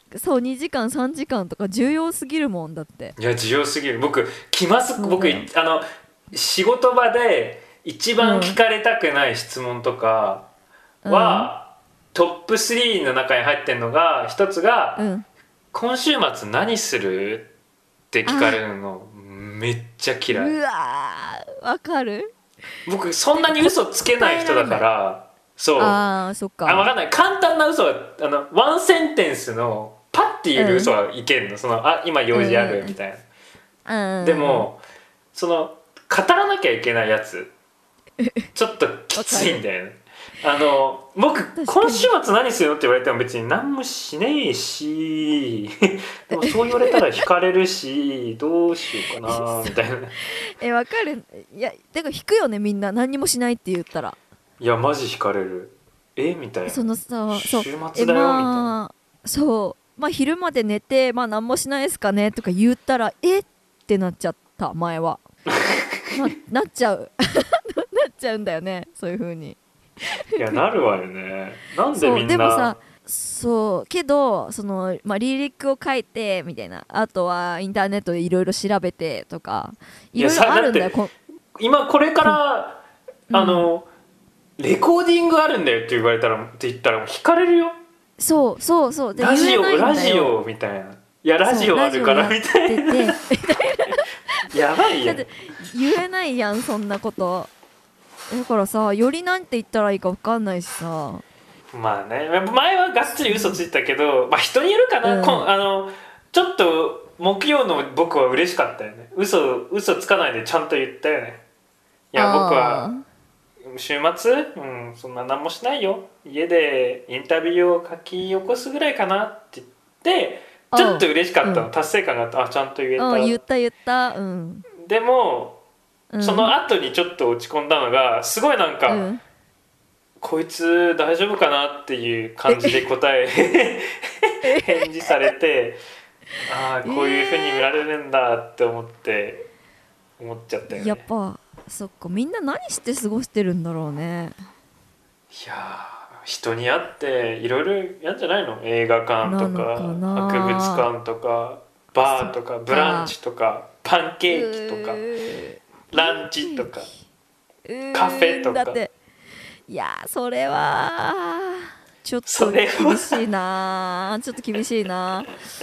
2時間3時間とか重要すぎるもんだって。 いや重要すぎる。僕僕よ仕事場で一番聞かれたくない質問とかは、トップ3の中に入ってるのが、一つが、今週末何するって聞かれるのめっちゃ嫌い。 うわー、わかる。 僕そんなに嘘つけない人だから。そう、 そっか。 分かんない、簡単な嘘はワンセンテンスのパッて言える嘘はいけんの、今用事あるみたいな、でもその語らなきゃいけないやつちょっときついんだよね。僕今週末何するのって言われても別に何もしねえしでもそう言われたら惹かれるしどうしようかなみたいな。 わかる。いやでも引くよね、みんな何にもしないって言ったら。 いやマジ惹かれる。みたいな。 そのさ、そう週末だよみたいな。 そう昼まで寝て何もしないですかねとか言ったらってなっちゃった、前は。なっちゃうなっちゃうんだよね、そういう風に。 いやなるわよね。なんでみんな。 でもさ、けどリリックを書いてみたいな、あとはインターネットでいろいろ調べてとかいろいろあるんだよ。 今これからレコーディングあるんだよって言ったらもう惹かれるよ。 そうでラジ言えないんだよ。 オラジオみたいな。いやラジオあるからみたいな。やばいやん。 だって言えないやん、そんなこと。だからさ、よりなんて言ったらいいか分かんないしさ。 まあね、前はがっつり嘘ついたけど、まあ人によるかな、ちょっと木曜の僕は嬉しかったよね。嘘つかないでちゃんと言ったよね。いや僕は週末、そんな何もしないよ、家でインタビューを書き起こすぐらいかなって言ってちょっと嬉しかったの、達成感があった。あ、ちゃんと言えた、 言った、 でも、その後にちょっと落ち込んだのがすごいなんか、こいつ大丈夫かなっていう感じで答え返事されて、ああこういう風に見られるんだって思っちゃったよね。 やっぱそっか、みんな何して過ごしてるんだろうね。 いや人に会っていろいろやんじゃないの？映画館とか博物館とかバーとかブランチとかパンケーキとかランチとかカフェとか。 だっていやそれはちょっと厳しいなちょっと厳しいな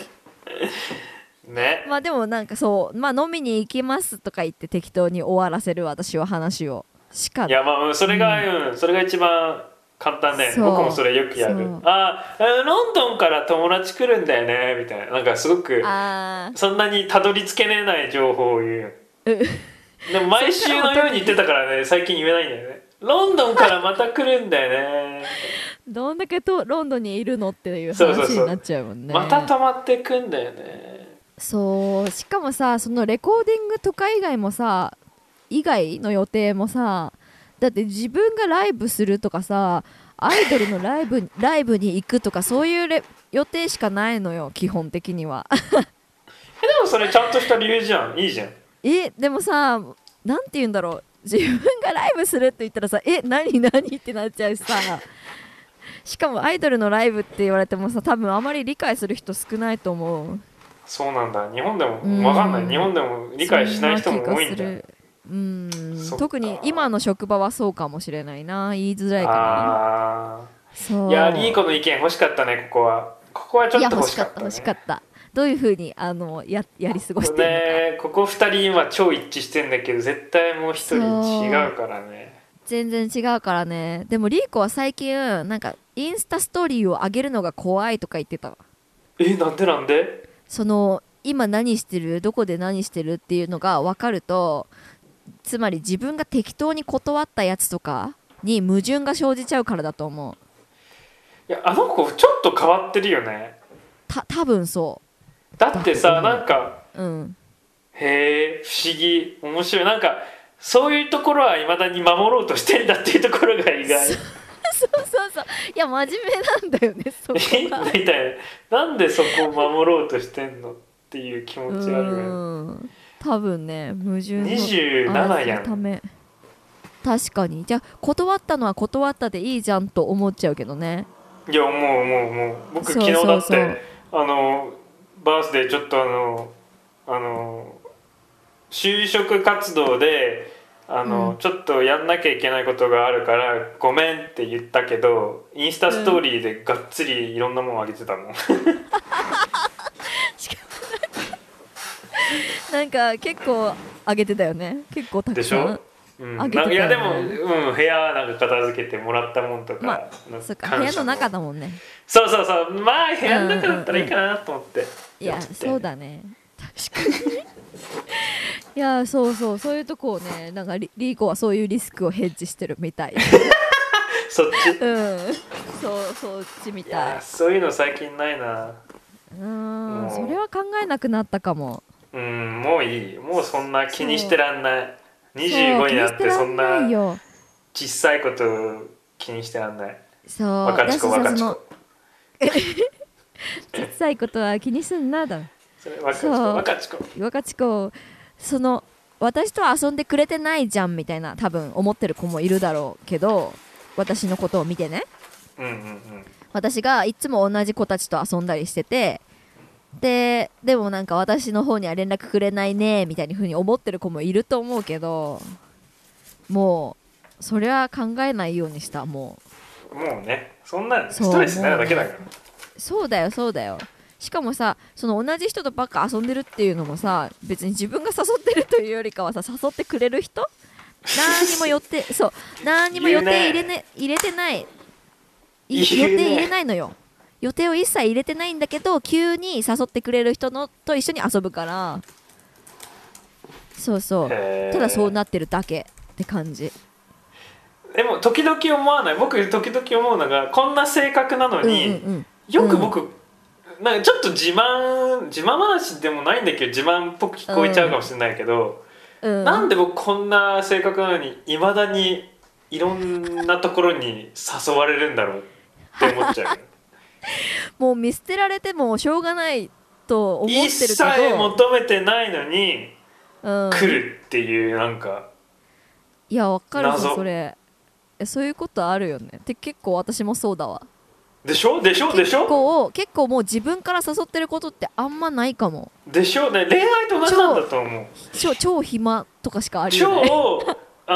ね。 まあでもなんかそう飲みに行きますとか言って適当に終わらせる私は話をしか。 いやまあそれが、それが一番簡単だよね。僕もそれよくやる。ロンドンから友達来るんだよねみたいな、なんかすごくそんなにたどり着けれない情報を言う。でも毎週のように言ってたからね、最近言えないんだよね。ロンドンからまた来るんだよねどんだけロンドンにいるのっていう話になっちゃうもんね。 また泊まってくんだよね。 そう、しかもさ、そのレコーディングとか以外の予定もさ、だって自分がライブするとかさ、アイドルのライブに行くとかそういう予定しかないのよ、基本的にはでもそれちゃんとした理由じゃん。いいじゃん。 でもさ、なんて言うんだろう、自分がライブするって言ったらさ、何ってなっちゃうしさしかもアイドルのライブって言われてもさ、多分あまり理解する人少ないと思う。 そうなんだ。日本でも分かんない。日本でも理解しない人も多いんだ。 特に今の職場はそうかもしれないな。言いづらいからね。 いやリーコの意見欲しかったね。ここはちょっと欲しかった、ね、 欲しかった。どういう風にやり過ごしてるのか。 ここ2人今超一致してんだけど、絶対もう1人違うからね。 全然違うからね。でもリーコは最近なんかインスタストーリーを上げるのが怖いとか言ってたわ。 なんでその今何してる、どこで何してるっていうのが分かると、つまり自分が適当に断ったやつとかに矛盾が生じちゃうからだと思う。 いやあの子ちょっと変わってるよね。 多分そう。 だってさ、なんか、へえ不思議面白い。なんかそういうところはいまだに守ろうとしてんだっていうところが意外そういや真面目なんだよね、そこがみたいな。なんでそこを守ろうとしてんのっていう気持ちあるよね。 多分ね、矛盾の 27やん。 確かに。じゃあ断ったのは断ったでいいじゃんと思っちゃうけどね。 いやもう僕昨日だってバースデーちょっと就職活動でちょっとやんなきゃいけないことがあるからごめんって言ったけど、インスタストーリーでがっつりいろんなものあげてたもんしかもなんか結構あげてたよね。結構たくさんでしょ。いやでも、部屋なんか片付けてもらったもんとか、 そうか、部屋の中だもんね。 そうまあ部屋の中だったらいいかなと思って、 いやそうだね、確かにいやそういうとこをね、なんかリーコはそういうリスクをヘッジしてるみたいそっちそっちみたい。 そういうの最近ないな。 それは考えなくなったかも。 もういい。もうそんな気にしてらんない。25になってそんな小さいこと気にしてらんない。若ちこ小さいことは気にすんなだ。 若ちこ私と遊んでくれてないじゃんみたいな多分思ってる子もいるだろうけど、私のことを見てね、私がいつも同じ子たちと遊んだりしてて、でもなんか私の方には連絡くれないねみたいな風に思ってる子もいると思うけど、もうそれは考えないようにした。もうね、そんなストレスになるだけだから。 そうだよ。しかもさ、その同じ人とばっか遊んでるっていうのもさ、別に自分が誘ってるというよりかはさ、誘ってくれる人何にも予定入れてない予定入れないのよ。予定を一切入れてないんだけど、急に誘ってくれる人と一緒に遊ぶから、ただそうなってるだけって感じ。 でも時々思わない？僕時々思うのが、こんな性格なのに、よく僕、なんかちょっと自慢話でもないんだけど、自慢っぽく聞こえちゃうかもしれないけど、なんで僕こんな性格なのにいまだにいろんなところに誘われるんだろうって思っちゃうもう見捨てられてもしょうがないと思ってるけど、 一切求めてないのに来来るっていう、なんかいやわかるぞ謎。 それ。そういうことあるよね。って結構私もそうだわ。 でしょでしょでしょ結構もう自分から誘ってることってあんまないかも。 でしょね。恋愛と同じなんだと思う。 超暇とかしかありえない。 超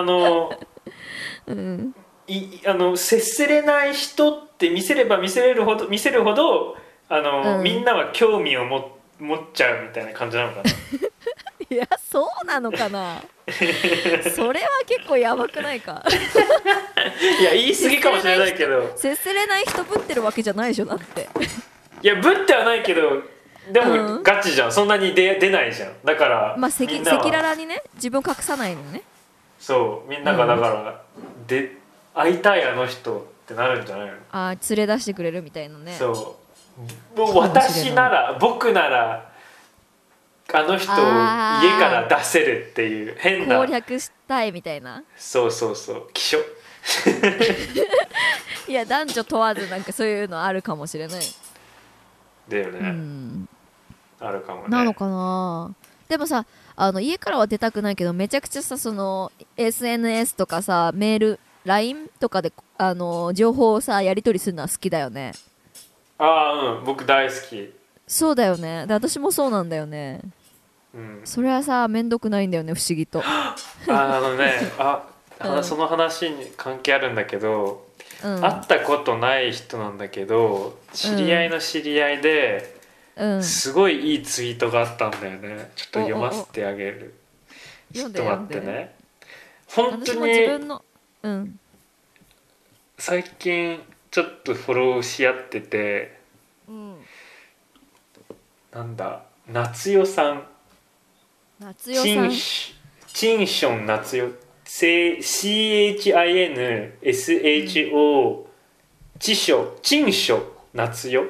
うん接せれない人って見せれば見せるほどみんなは興味を持っちゃうみたいな感じなのかな。 いやそうなのかなそれは結構やばくないかいや言い過ぎかもしれないけど、 接せれない人ぶってるわけじゃないでしょだっていやぶってはないけど、でもガチじゃん。そんなに出ないじゃん。だからまあ赤みんなは裸々にね、自分隠さないのね。 そうみんながだから、会いたいあの人ってなるんじゃないの。 あー連れ出してくれるみたいなね。 そうもう私なら、僕ならあの人を家から出せるっていう変な攻略したいみたいな。 そう気象いや男女問わずなんかそういうのあるかもしれない。 だよね、あるかもね。 なのかな。でもさ、家からは出たくないけど、めちゃくちゃさ、その SNS とかさ、メール LINE とかで情報をさやり取りするのは好きだよね。 僕大好き。 そうだよね。で私もそうなんだよね。それはさめんどくないんだよね、不思議と。 その話に関係あるんだけど、会ったことない人なんだけど、知り合いの知り合いで、すごいいいツイートがあったんだよね。ちょっと読ませてあげる。ちょっと待ってね。本当に最近ちょっとフォローし合ってて、なんだ、夏代さん、チンション夏代、CHINSHO、チンショ夏代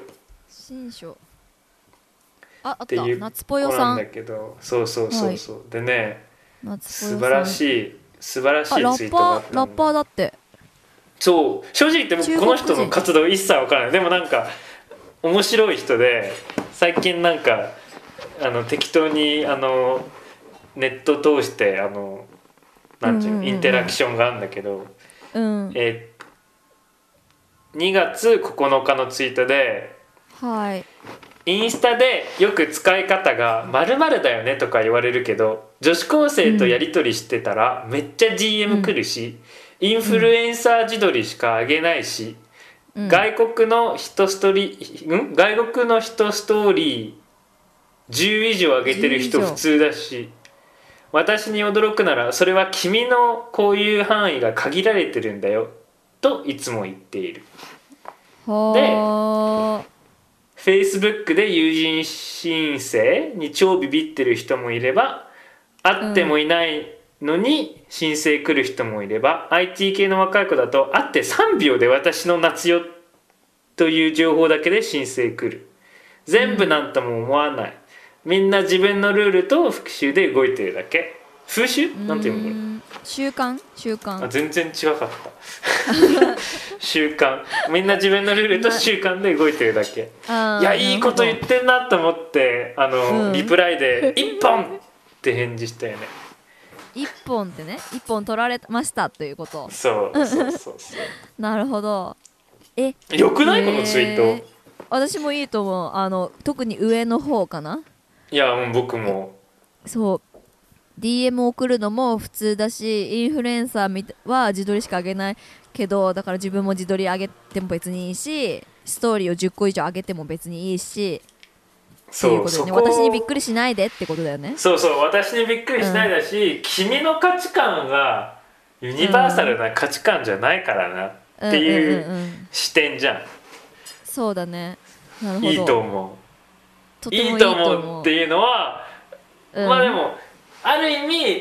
あった、 っていう夏ぽよ子なんさん。 だけど、そう、でね、素夏ぽよさん晴らしいツイートがあったんで。 ラッパーだって。 そう正直言って僕この人の活動一切わからない。でもなんか面白い人で、最近なんか適当にネット通してなんていうの、インタラクションがあるんだけど、2月9日のツイートで、インスタでよく使い方が〇〇だよねとか言われるけど、女子高生とやり取りしてたらめっちゃ DM 来るし、インフルエンサー自撮りしかあげないし、外国の人ストーリー10以上上げてる人普通だし、私に驚くならそれは君のこういう範囲が限られてるんだよといつも言っている。で Facebook で友人申請に超ビビってる人もいれば、会ってもいないのに申請来る人もいれば、IT 系の若い子だと会って3秒で私の夏よという情報だけで申請来る。全部なんとも思わない。みんな自分のルールと復習で動いてるだけ。風習なんていうのこれ。 習慣。 全然違かった習慣。みんな自分のルールと習慣で動いてるだけ。いやいいこと言ってんなと思ってリプライで1本って返事したよね。 1本ってね、1本取られましたということ。 そうなるほど。 よくないこのツイート。 私もいいと思う。特に上の方かな。 いや僕もそう、 DM 送るのも普通だし、インフルエンサーは自撮りしか上げないけど、だから自分も自撮り上げても別にいいし、ストーリーを10個以上上げても別にいいし、っていうことだよね。私にびっくりしないでってことだよね。 そう私にびっくりしないだし、君の価値観がユニバーサルな価値観じゃないからなっていう視点じゃん。そうだね。なるほど。 いいと思う。いいと思うっていうのは、まあでもある意味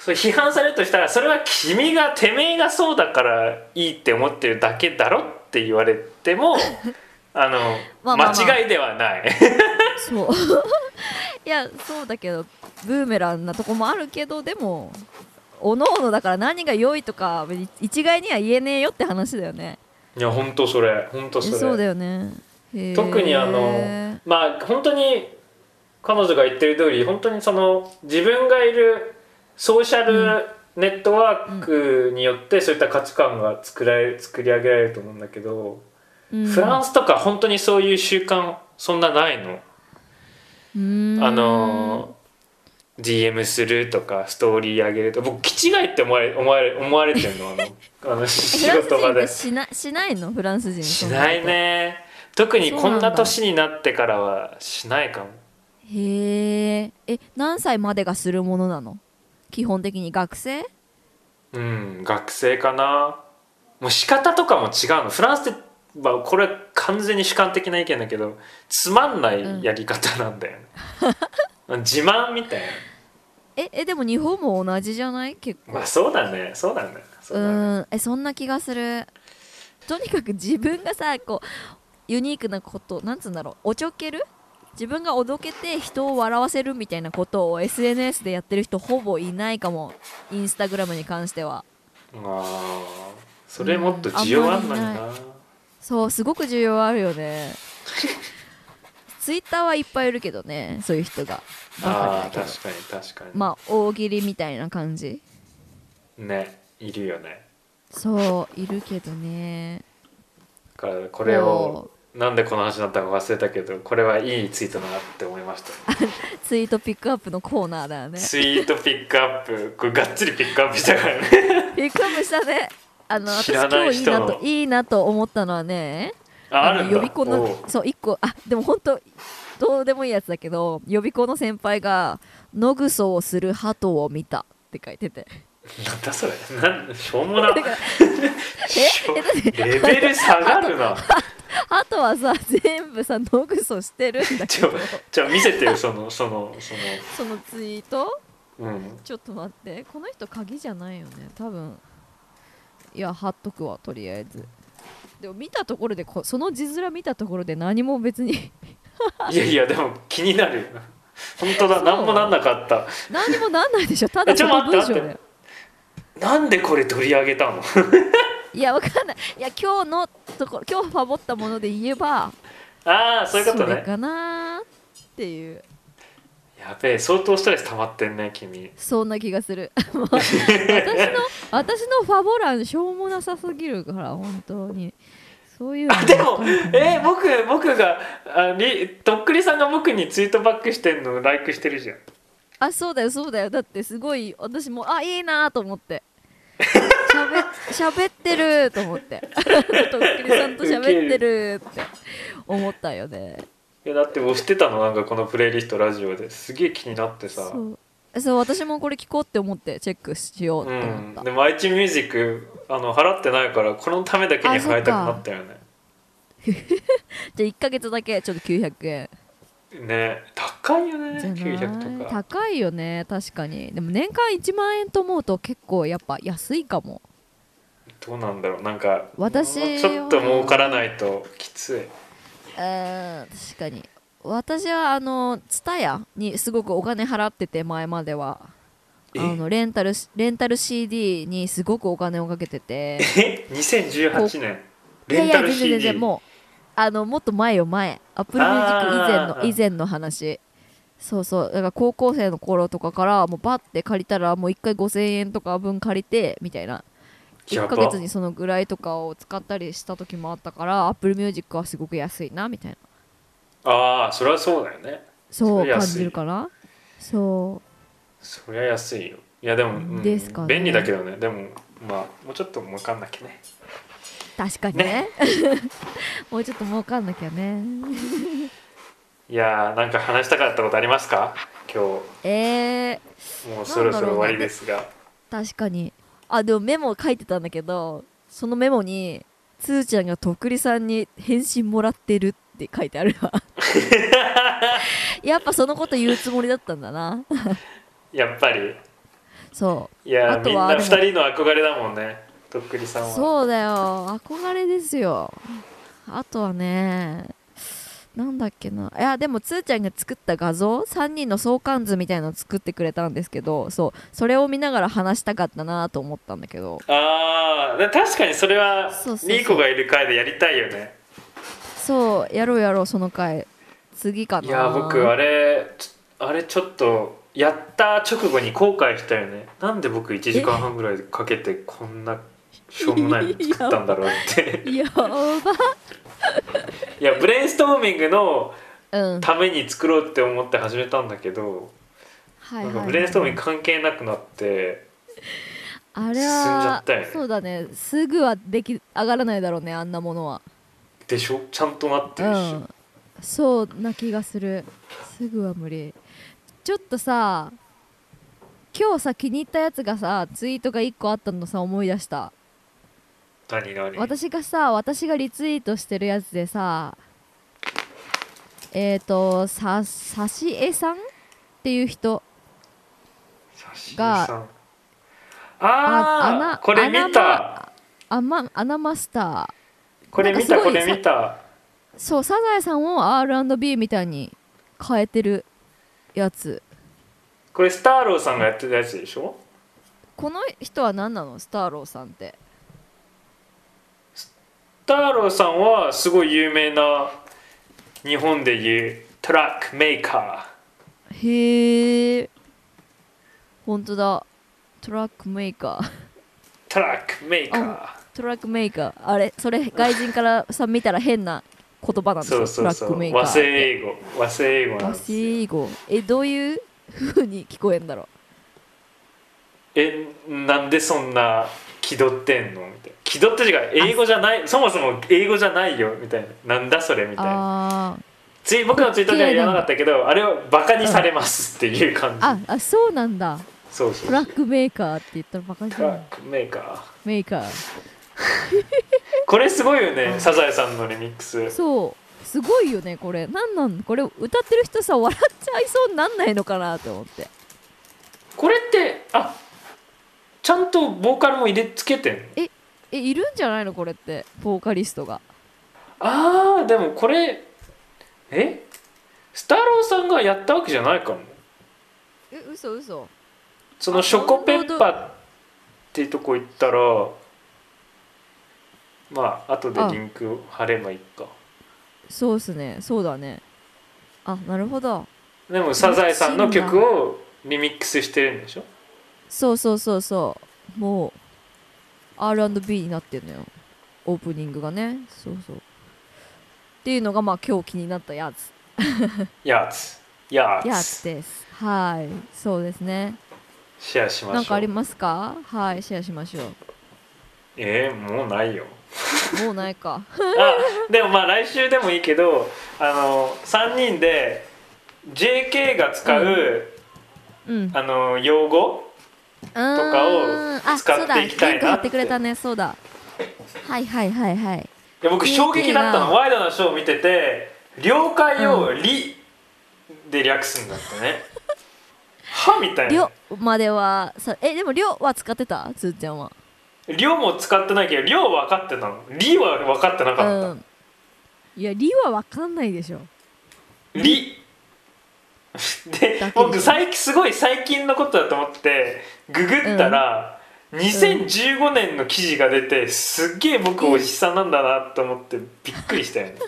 そう批判されるとしたら、それはてめえがそうだからいいって思ってるだけだろって言われてもまあまあまあ間違いではないそういやそうだけどブーメランなとこもあるけど、でもおのおのだから何が良いとか一概には言えねえよって話だよね。 いや本当それそうだよね。 特にまあ本当に彼女が言ってる通り、本当にその自分がいるソーシャルネットワークによってそういった価値観が作り上げられると思うんだけど、フランスとか本当にそういう習慣そんなないの。DM するとかストーリー上げると、僕気違いって思われてるの仕事場でしないのフランス人しないね。特にこんな年になってからはしないかも。 へえ。何歳までがするものなの？基本的に学生？ 学生かな。もう仕方とかも違うの。フランスって、まあ、これ完全に主観的な意見だけどつまんないやり方なんだよね、自慢みたいな。でも日本も同じじゃない？結構。 まあそうだね。そんな気がする。とにかく自分がさこうユニークなことなんつうんだろう、おちょける、自分がおどけて人を笑わせるみたいなことを SNS でやってる人ほぼいないかも。インスタグラムに関しては。 それもっと需要あんのにな。 そうすごく需要あるよねツイッターはいっぱいいるけどね、そういう人が。 確かにまあ大喜利みたいな感じね、いるよね。 そういるけどね。 だからこれをなんでこの話になったか忘れたけど、これはいいツイートだなって思いましたツイートピックアップのコーナーだよね。 ツイートピックアップ、これがっつりピックアップしたからねピックアップしたね。 知らない人私今日いいなと思ったのはね、 あるんだ。 予備校のそう1個でも本当どうでもいいやつだけど、予備校の先輩が野ぐそをする鳩を見たって書いてて、 なんだそれ、しょうもなレベル下がるな鳩はさ全部さ野ぐそしてるんだけど見せてよそのツイート、ちょっと待って、この人鍵じゃないよね多分。いや貼っとくわとりあえず。でも見たところでその字面見たところで何も別にいやでも気になるよな。本当だ、何もなんなかった。 何にもなんないでしょ、ただその文章だよ。 なんでこれ取り上げたのいやわかんない。いや今日ファボったもので言えばそういうことね。 それかなっていう。 やべえ、相当ストレス溜まってんね君。 そんな気がする私のファボ欄しょうもなさすぎるから本当に。そういうのでも僕がとっくりさんが僕にツイートバックしてんのライクしてるじゃん。 そうだよ。だってすごい私もいいなと思って喋ってると思ってとっくりさんと喋ってるって思ったよね。 いやだって押してたの、なんかこのプレイリストラジオですげえ気になってさ。 そう私もこれ聞こうって思ってチェックしようって思った。 でも iTunes Music 払ってないからこのためだけに払いたくなったよねじゃあ1ヶ月だけちょっと900円ね。高いよね900とか。 高いよね確かに。でも年間1万円と思うと結構やっぱ安いかも。 どうなんだろう、なんか私もうちょっと儲からないときつい。 確かに私はTSUTAYAにすごくお金払ってて、前まではレンタル CD にすごくお金をかけてて 2018年レンタル CD。 全然もっと前よ、前Apple Music 以前の話。そうだから高校生の頃とかからもうバッて借りたらもう1回5000円とか分借りてみたいな、1ヶ月にそのぐらいとかを使ったりした時もあったから、 Apple Music はすごく安いなみたいな。 それはそうだよね。 そう感じるかな。そりゃ安いよ。いやでも、 ですかね、 便利だけどね。でもまあもうちょっと儲かんなきゃね。 確かにねもうちょっと儲かんなきゃねいやなんか話したかったことありますか今日。もうそろそろ終わりですが。 確かにでもメモ書いてたんだけど、そのメモにつーちゃんがとっくりさんに返信もらってるって書いてあるわやっぱそのこと言うつもりだったんだなやっぱりそういやあとみんな2 はでも人の憧れだもんね、とっくりさんは。 そうだよ憧れですよ。あとはねなんだっけな、いやでもつーちゃんが作った画像3人の相関図みたいなの作ってくれたんですけど、それを見ながら話したかったなと思ったんだけど。 確かにそれはそうそうそうリーコがいる回でやりたいよね。 そうやろうその回次かな。 いや僕あれちょっとやった直後に後悔したよね。なんで僕1時間半ぐらいかけてこんなしょうもないの作ったんだろうってやばいやブレインストーミングのうんために作ろうって思って始めたんだけど、なんかブレインストーミング関係なくなってあれ進んじゃはったよね。 そうだねすぐは上がらないだろうねあんなものは。 でしょ、ちゃんとなってるし、 そうな気がする。すぐは無理。ちょっとさ今日さ気に入ったやつがさツイートが1個あったのさ思い出した。 何私がリツイートしてるやつでささしえさんっていう人がこれ見た、 アナマスターこれ見たそうサザエさんを R&B みたいに変えてるやつ。 これスターローさんがやってたやつでしょ。 この人は何なのスターローさんって。 スターローさんはすごい有名な日本でいうトラックメーカへえほんとだトラックメーカートラックメーカーあれそれ外人からさ見たら変な言葉なんですよ。 そうトラックメーカーって和製英語なんですよ。 和製英語どういう風に聞こえんだろう。なんでそんな気取ってんのみたいな。気取って違う、英語じゃない、そもそも英語じゃないよみたいな、なんだそれみたいな。僕のツイートでは言わなかったけど、あれはバカにされますっていう感じ。 そうなんだ。 そうトラックメーカーって言ったらバカにされる。 トラックメーカーこれすごいよね、サザエさんのリミックス。 そうすごいよねこれ。これ歌ってる人さ笑っちゃいそうになんないのかなと思って。 これってちゃんとボーカルも入れつけてんの？ いるんじゃないのこれってボーカリストが。 でもこれスターローさんがやったわけじゃないかも。 嘘そのショコペッパっていうとこ行ったらまあ後でリンク貼ればいいか。 そうっすねそうだね。なるほど。 でもサザエさんの曲をリミックスしてるんでしょ。 そうもう R&B になってるのよオープニングがね。そうっていうのがまあ今日気になったやつやつです。はいそうですね。 シェアしましょう。 なんかありますか。はいシェアしましょう。 もうないよもうないかでもまあ来週でもいいけど3人で JK が使う、用語とかを使っていきたいなって。 貼ってくれたね。そうだはいいや僕衝撃だったの。ワイドなショーを見てて了解を「り」で略すんだったね、はみたいな。 りょまではさでもりょは使ってたつーちゃんは。 りょも使ってないけどりょは分かってたの。りは分かってなかった、 いやりは分かんないでしょ。 りで僕すごい最近のことだと思ってググったら、2015年の記事が出てすっげえ僕おじさんなんだなと思ってびっくりしたよね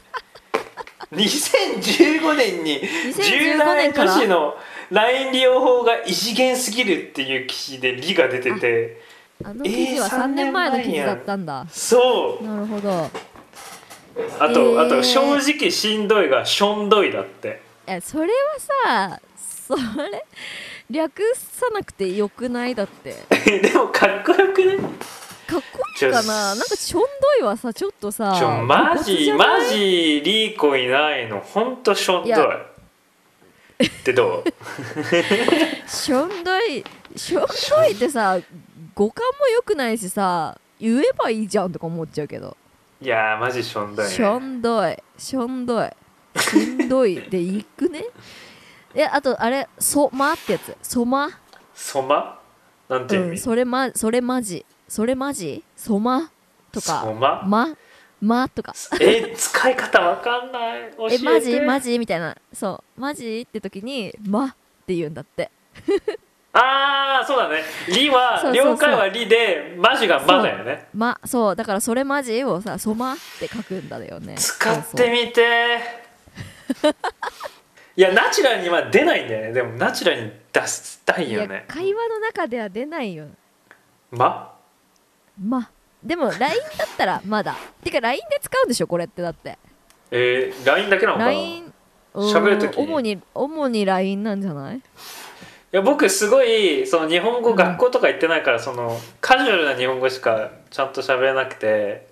2015年に10代女子の LINE 利用法が異次元すぎるっていう記事で「り」が出てて、 あの記事は3年前の記事だったんだ。 そうなるほど。 あと正直しんどいがしょんどいだって。 それはさそれ略さなくてよくないだってでもかっこよくない？ かっこいいかな。なんかしょんどいはさちょっとさマジリーコいないのほんとしょんどいってどうしょんどいってさ語感も良くないしさ言えばいいじゃんとか思っちゃうけど。 いやーマジしょんどいね。 しょんどいしんどいでいくね。あとあれソマってやつソマなんていう意味？ それマジそまとかそまとか使い方わかんない。教えて。 マジみたいな、そうマジって時にって言うんだって。 ああそうだね。りはそうそうそう了解はりでマジがまだよね。 そうだからそれマジをさそまって書くんだよね。 使ってみて。いやナチュラルには出ないんだよね。でもナチュラルに出したいよいやね。 会話の中では出ないよ。でも LINE だったらまだてか LINE で使うんでしょこれってだって。 LINE だけなのかな。 LINE 喋るとき主に LINE なんじゃない？ いや僕すごいその日本語学校とか行ってないから、そのカジュアルな日本語しかちゃんと喋れなくて、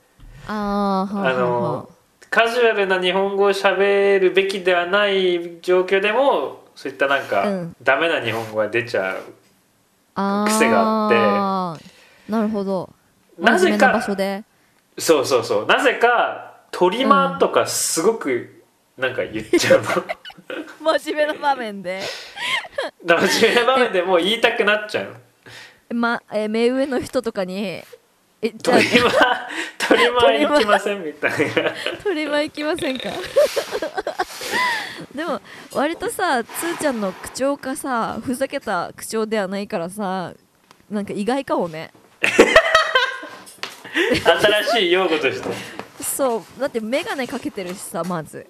カジュアルな日本語を喋るべきではない状況でもそういったなんか、ダメな日本語が出ちゃう癖があって、 なるほど。 なぜか真面目な場所でそうなぜかトリマーとかすごくなんか言っちゃうの、 真面目な場面で真面目な場面でもう言いたくなっちゃうの。 目上の人とかにトリマー行きませんみたいな。 トリマー行きませんかでも割とさつーちゃんの口調がさふざけた口調ではないからさ、なんか意外かもね新しい用語として。 そうだってメガネかけてるしさ、まず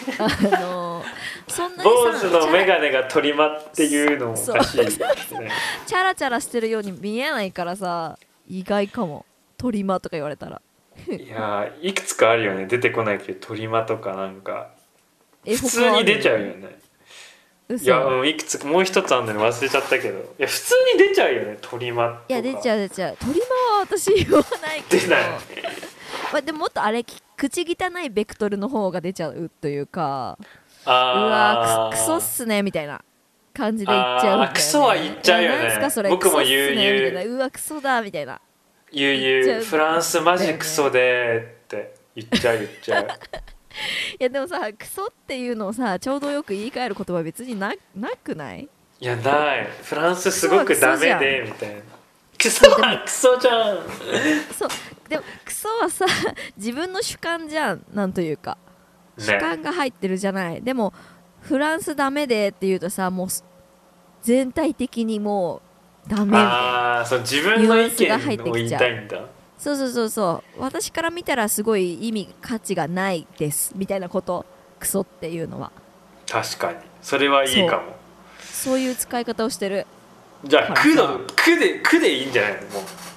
そんなに坊主のメガネがトリマっていうのもおかしいですね。 チャラチャラしてるように見えないからさ、意外かもトリマとか言われたらいやいくつかあるよね、出てこないけどトリマとかなんか普通に出ちゃうよね。いやいくつかもう一つあんのに忘れちゃったけど、いや普通に出ちゃうよねトリマとか。 いや出ちゃうトリマは私言わないけど出ないでももっとあれ口汚いベクトルの方が出ちゃうというか、うあわクソっすねみたいな感じで言っちゃうんだよね。 クソは言っちゃうよね。 なんすかそれ、 僕も言うわクソだみたいな言うフランスマジクソでって言っちゃういやでもさクソっていうのをさちょうどよく言い換える言葉は別になくない？ いやない。フランスすごくダメでみたいな。クソはクソじゃんそうでもクソはさ自分の主観じゃん、なんというか、 ね、 主観が入ってるじゃない。でもフランスダメでっていうとさ、もう全体的にもうダメみたいな、 そう自分の意見を言いたいんだ。 そう私から見たらすごい意味価値がないですみたいなこと、クソっていうのは。 確かにそれはいいかも。 そういう使い方をしてる。 じゃあクでいいんじゃないの？も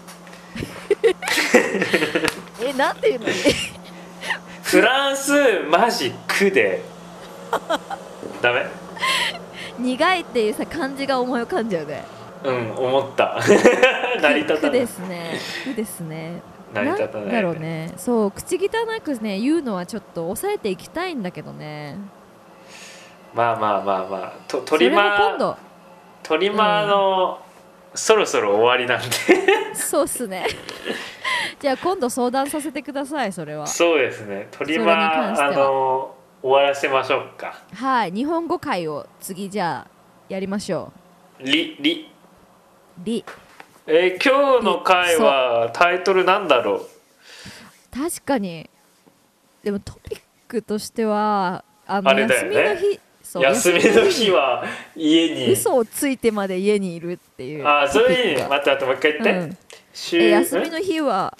うなんていうのフランスマジクでダメ？ 苦いっていうさ漢字が思い浮かんじゃうね。 思った成り立たない。 ですね成り立たない、ね、 だろうね。そう口汚くね言うのはちょっと抑えていきたいんだけどね。 まあトリマーの、そろそろ終わりなんでそうっすねじゃあ今度相談させてください。それはそうですね。トリマー終わらせましょうか。 はい、日本語会を次じゃあやりましょう。リ今日の回はタイトルなんだろう。 確かにでもトピックとしてはあれだよね、休みの日は家に嘘をついてまで家にいるっていう。 それいいね。待ってもう一回言って、 休みの日は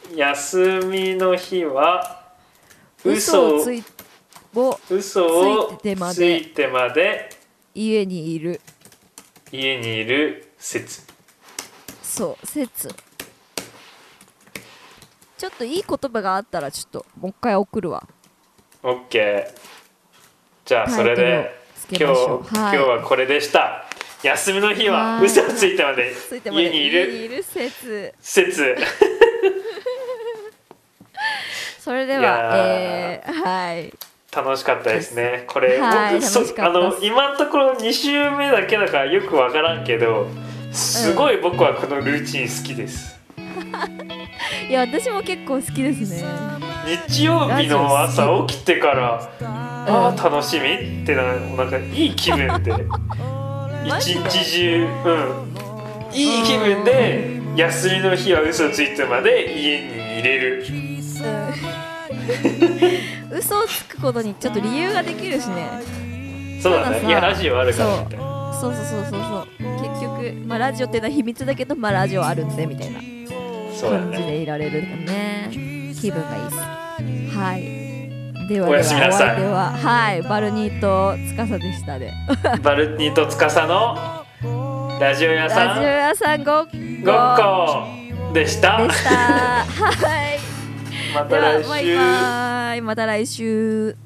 嘘をついてまで家にいる説。 そう説。ちょっといい言葉があったらちょっともう一回送るわ。 OK。 じゃあそれで今日はこれでした。休みの日は嘘をついてまで家にいる説それでははい楽しかったですね。これ、 僕今のところ2週目だけだからよくわからんけど、すごい僕はこのルーチン好きです。 いや私も結構好きですね。 日曜日の朝起きてから楽しみってなんかいい気分で一日中いい気分で休みの日は嘘ついてまで家に入れる。 嘘をつくことにちょっと理由ができるしね。 そうだね。 たださいやラジオあるからみたいな。 そう結局、まあ、ラジオってのは秘密だけど、まあ、ラジオあるんでみたいなそうだ感じでね。 いられるんだね。気分がいいっす。はい。ではおやすみなさいお相手ははいバルニーと司でしたで。 バルニーと司のラジオ屋さラジオん屋さんごっこごっこでした。 でした。はい。 までた来週。 はバイバイ。また来週。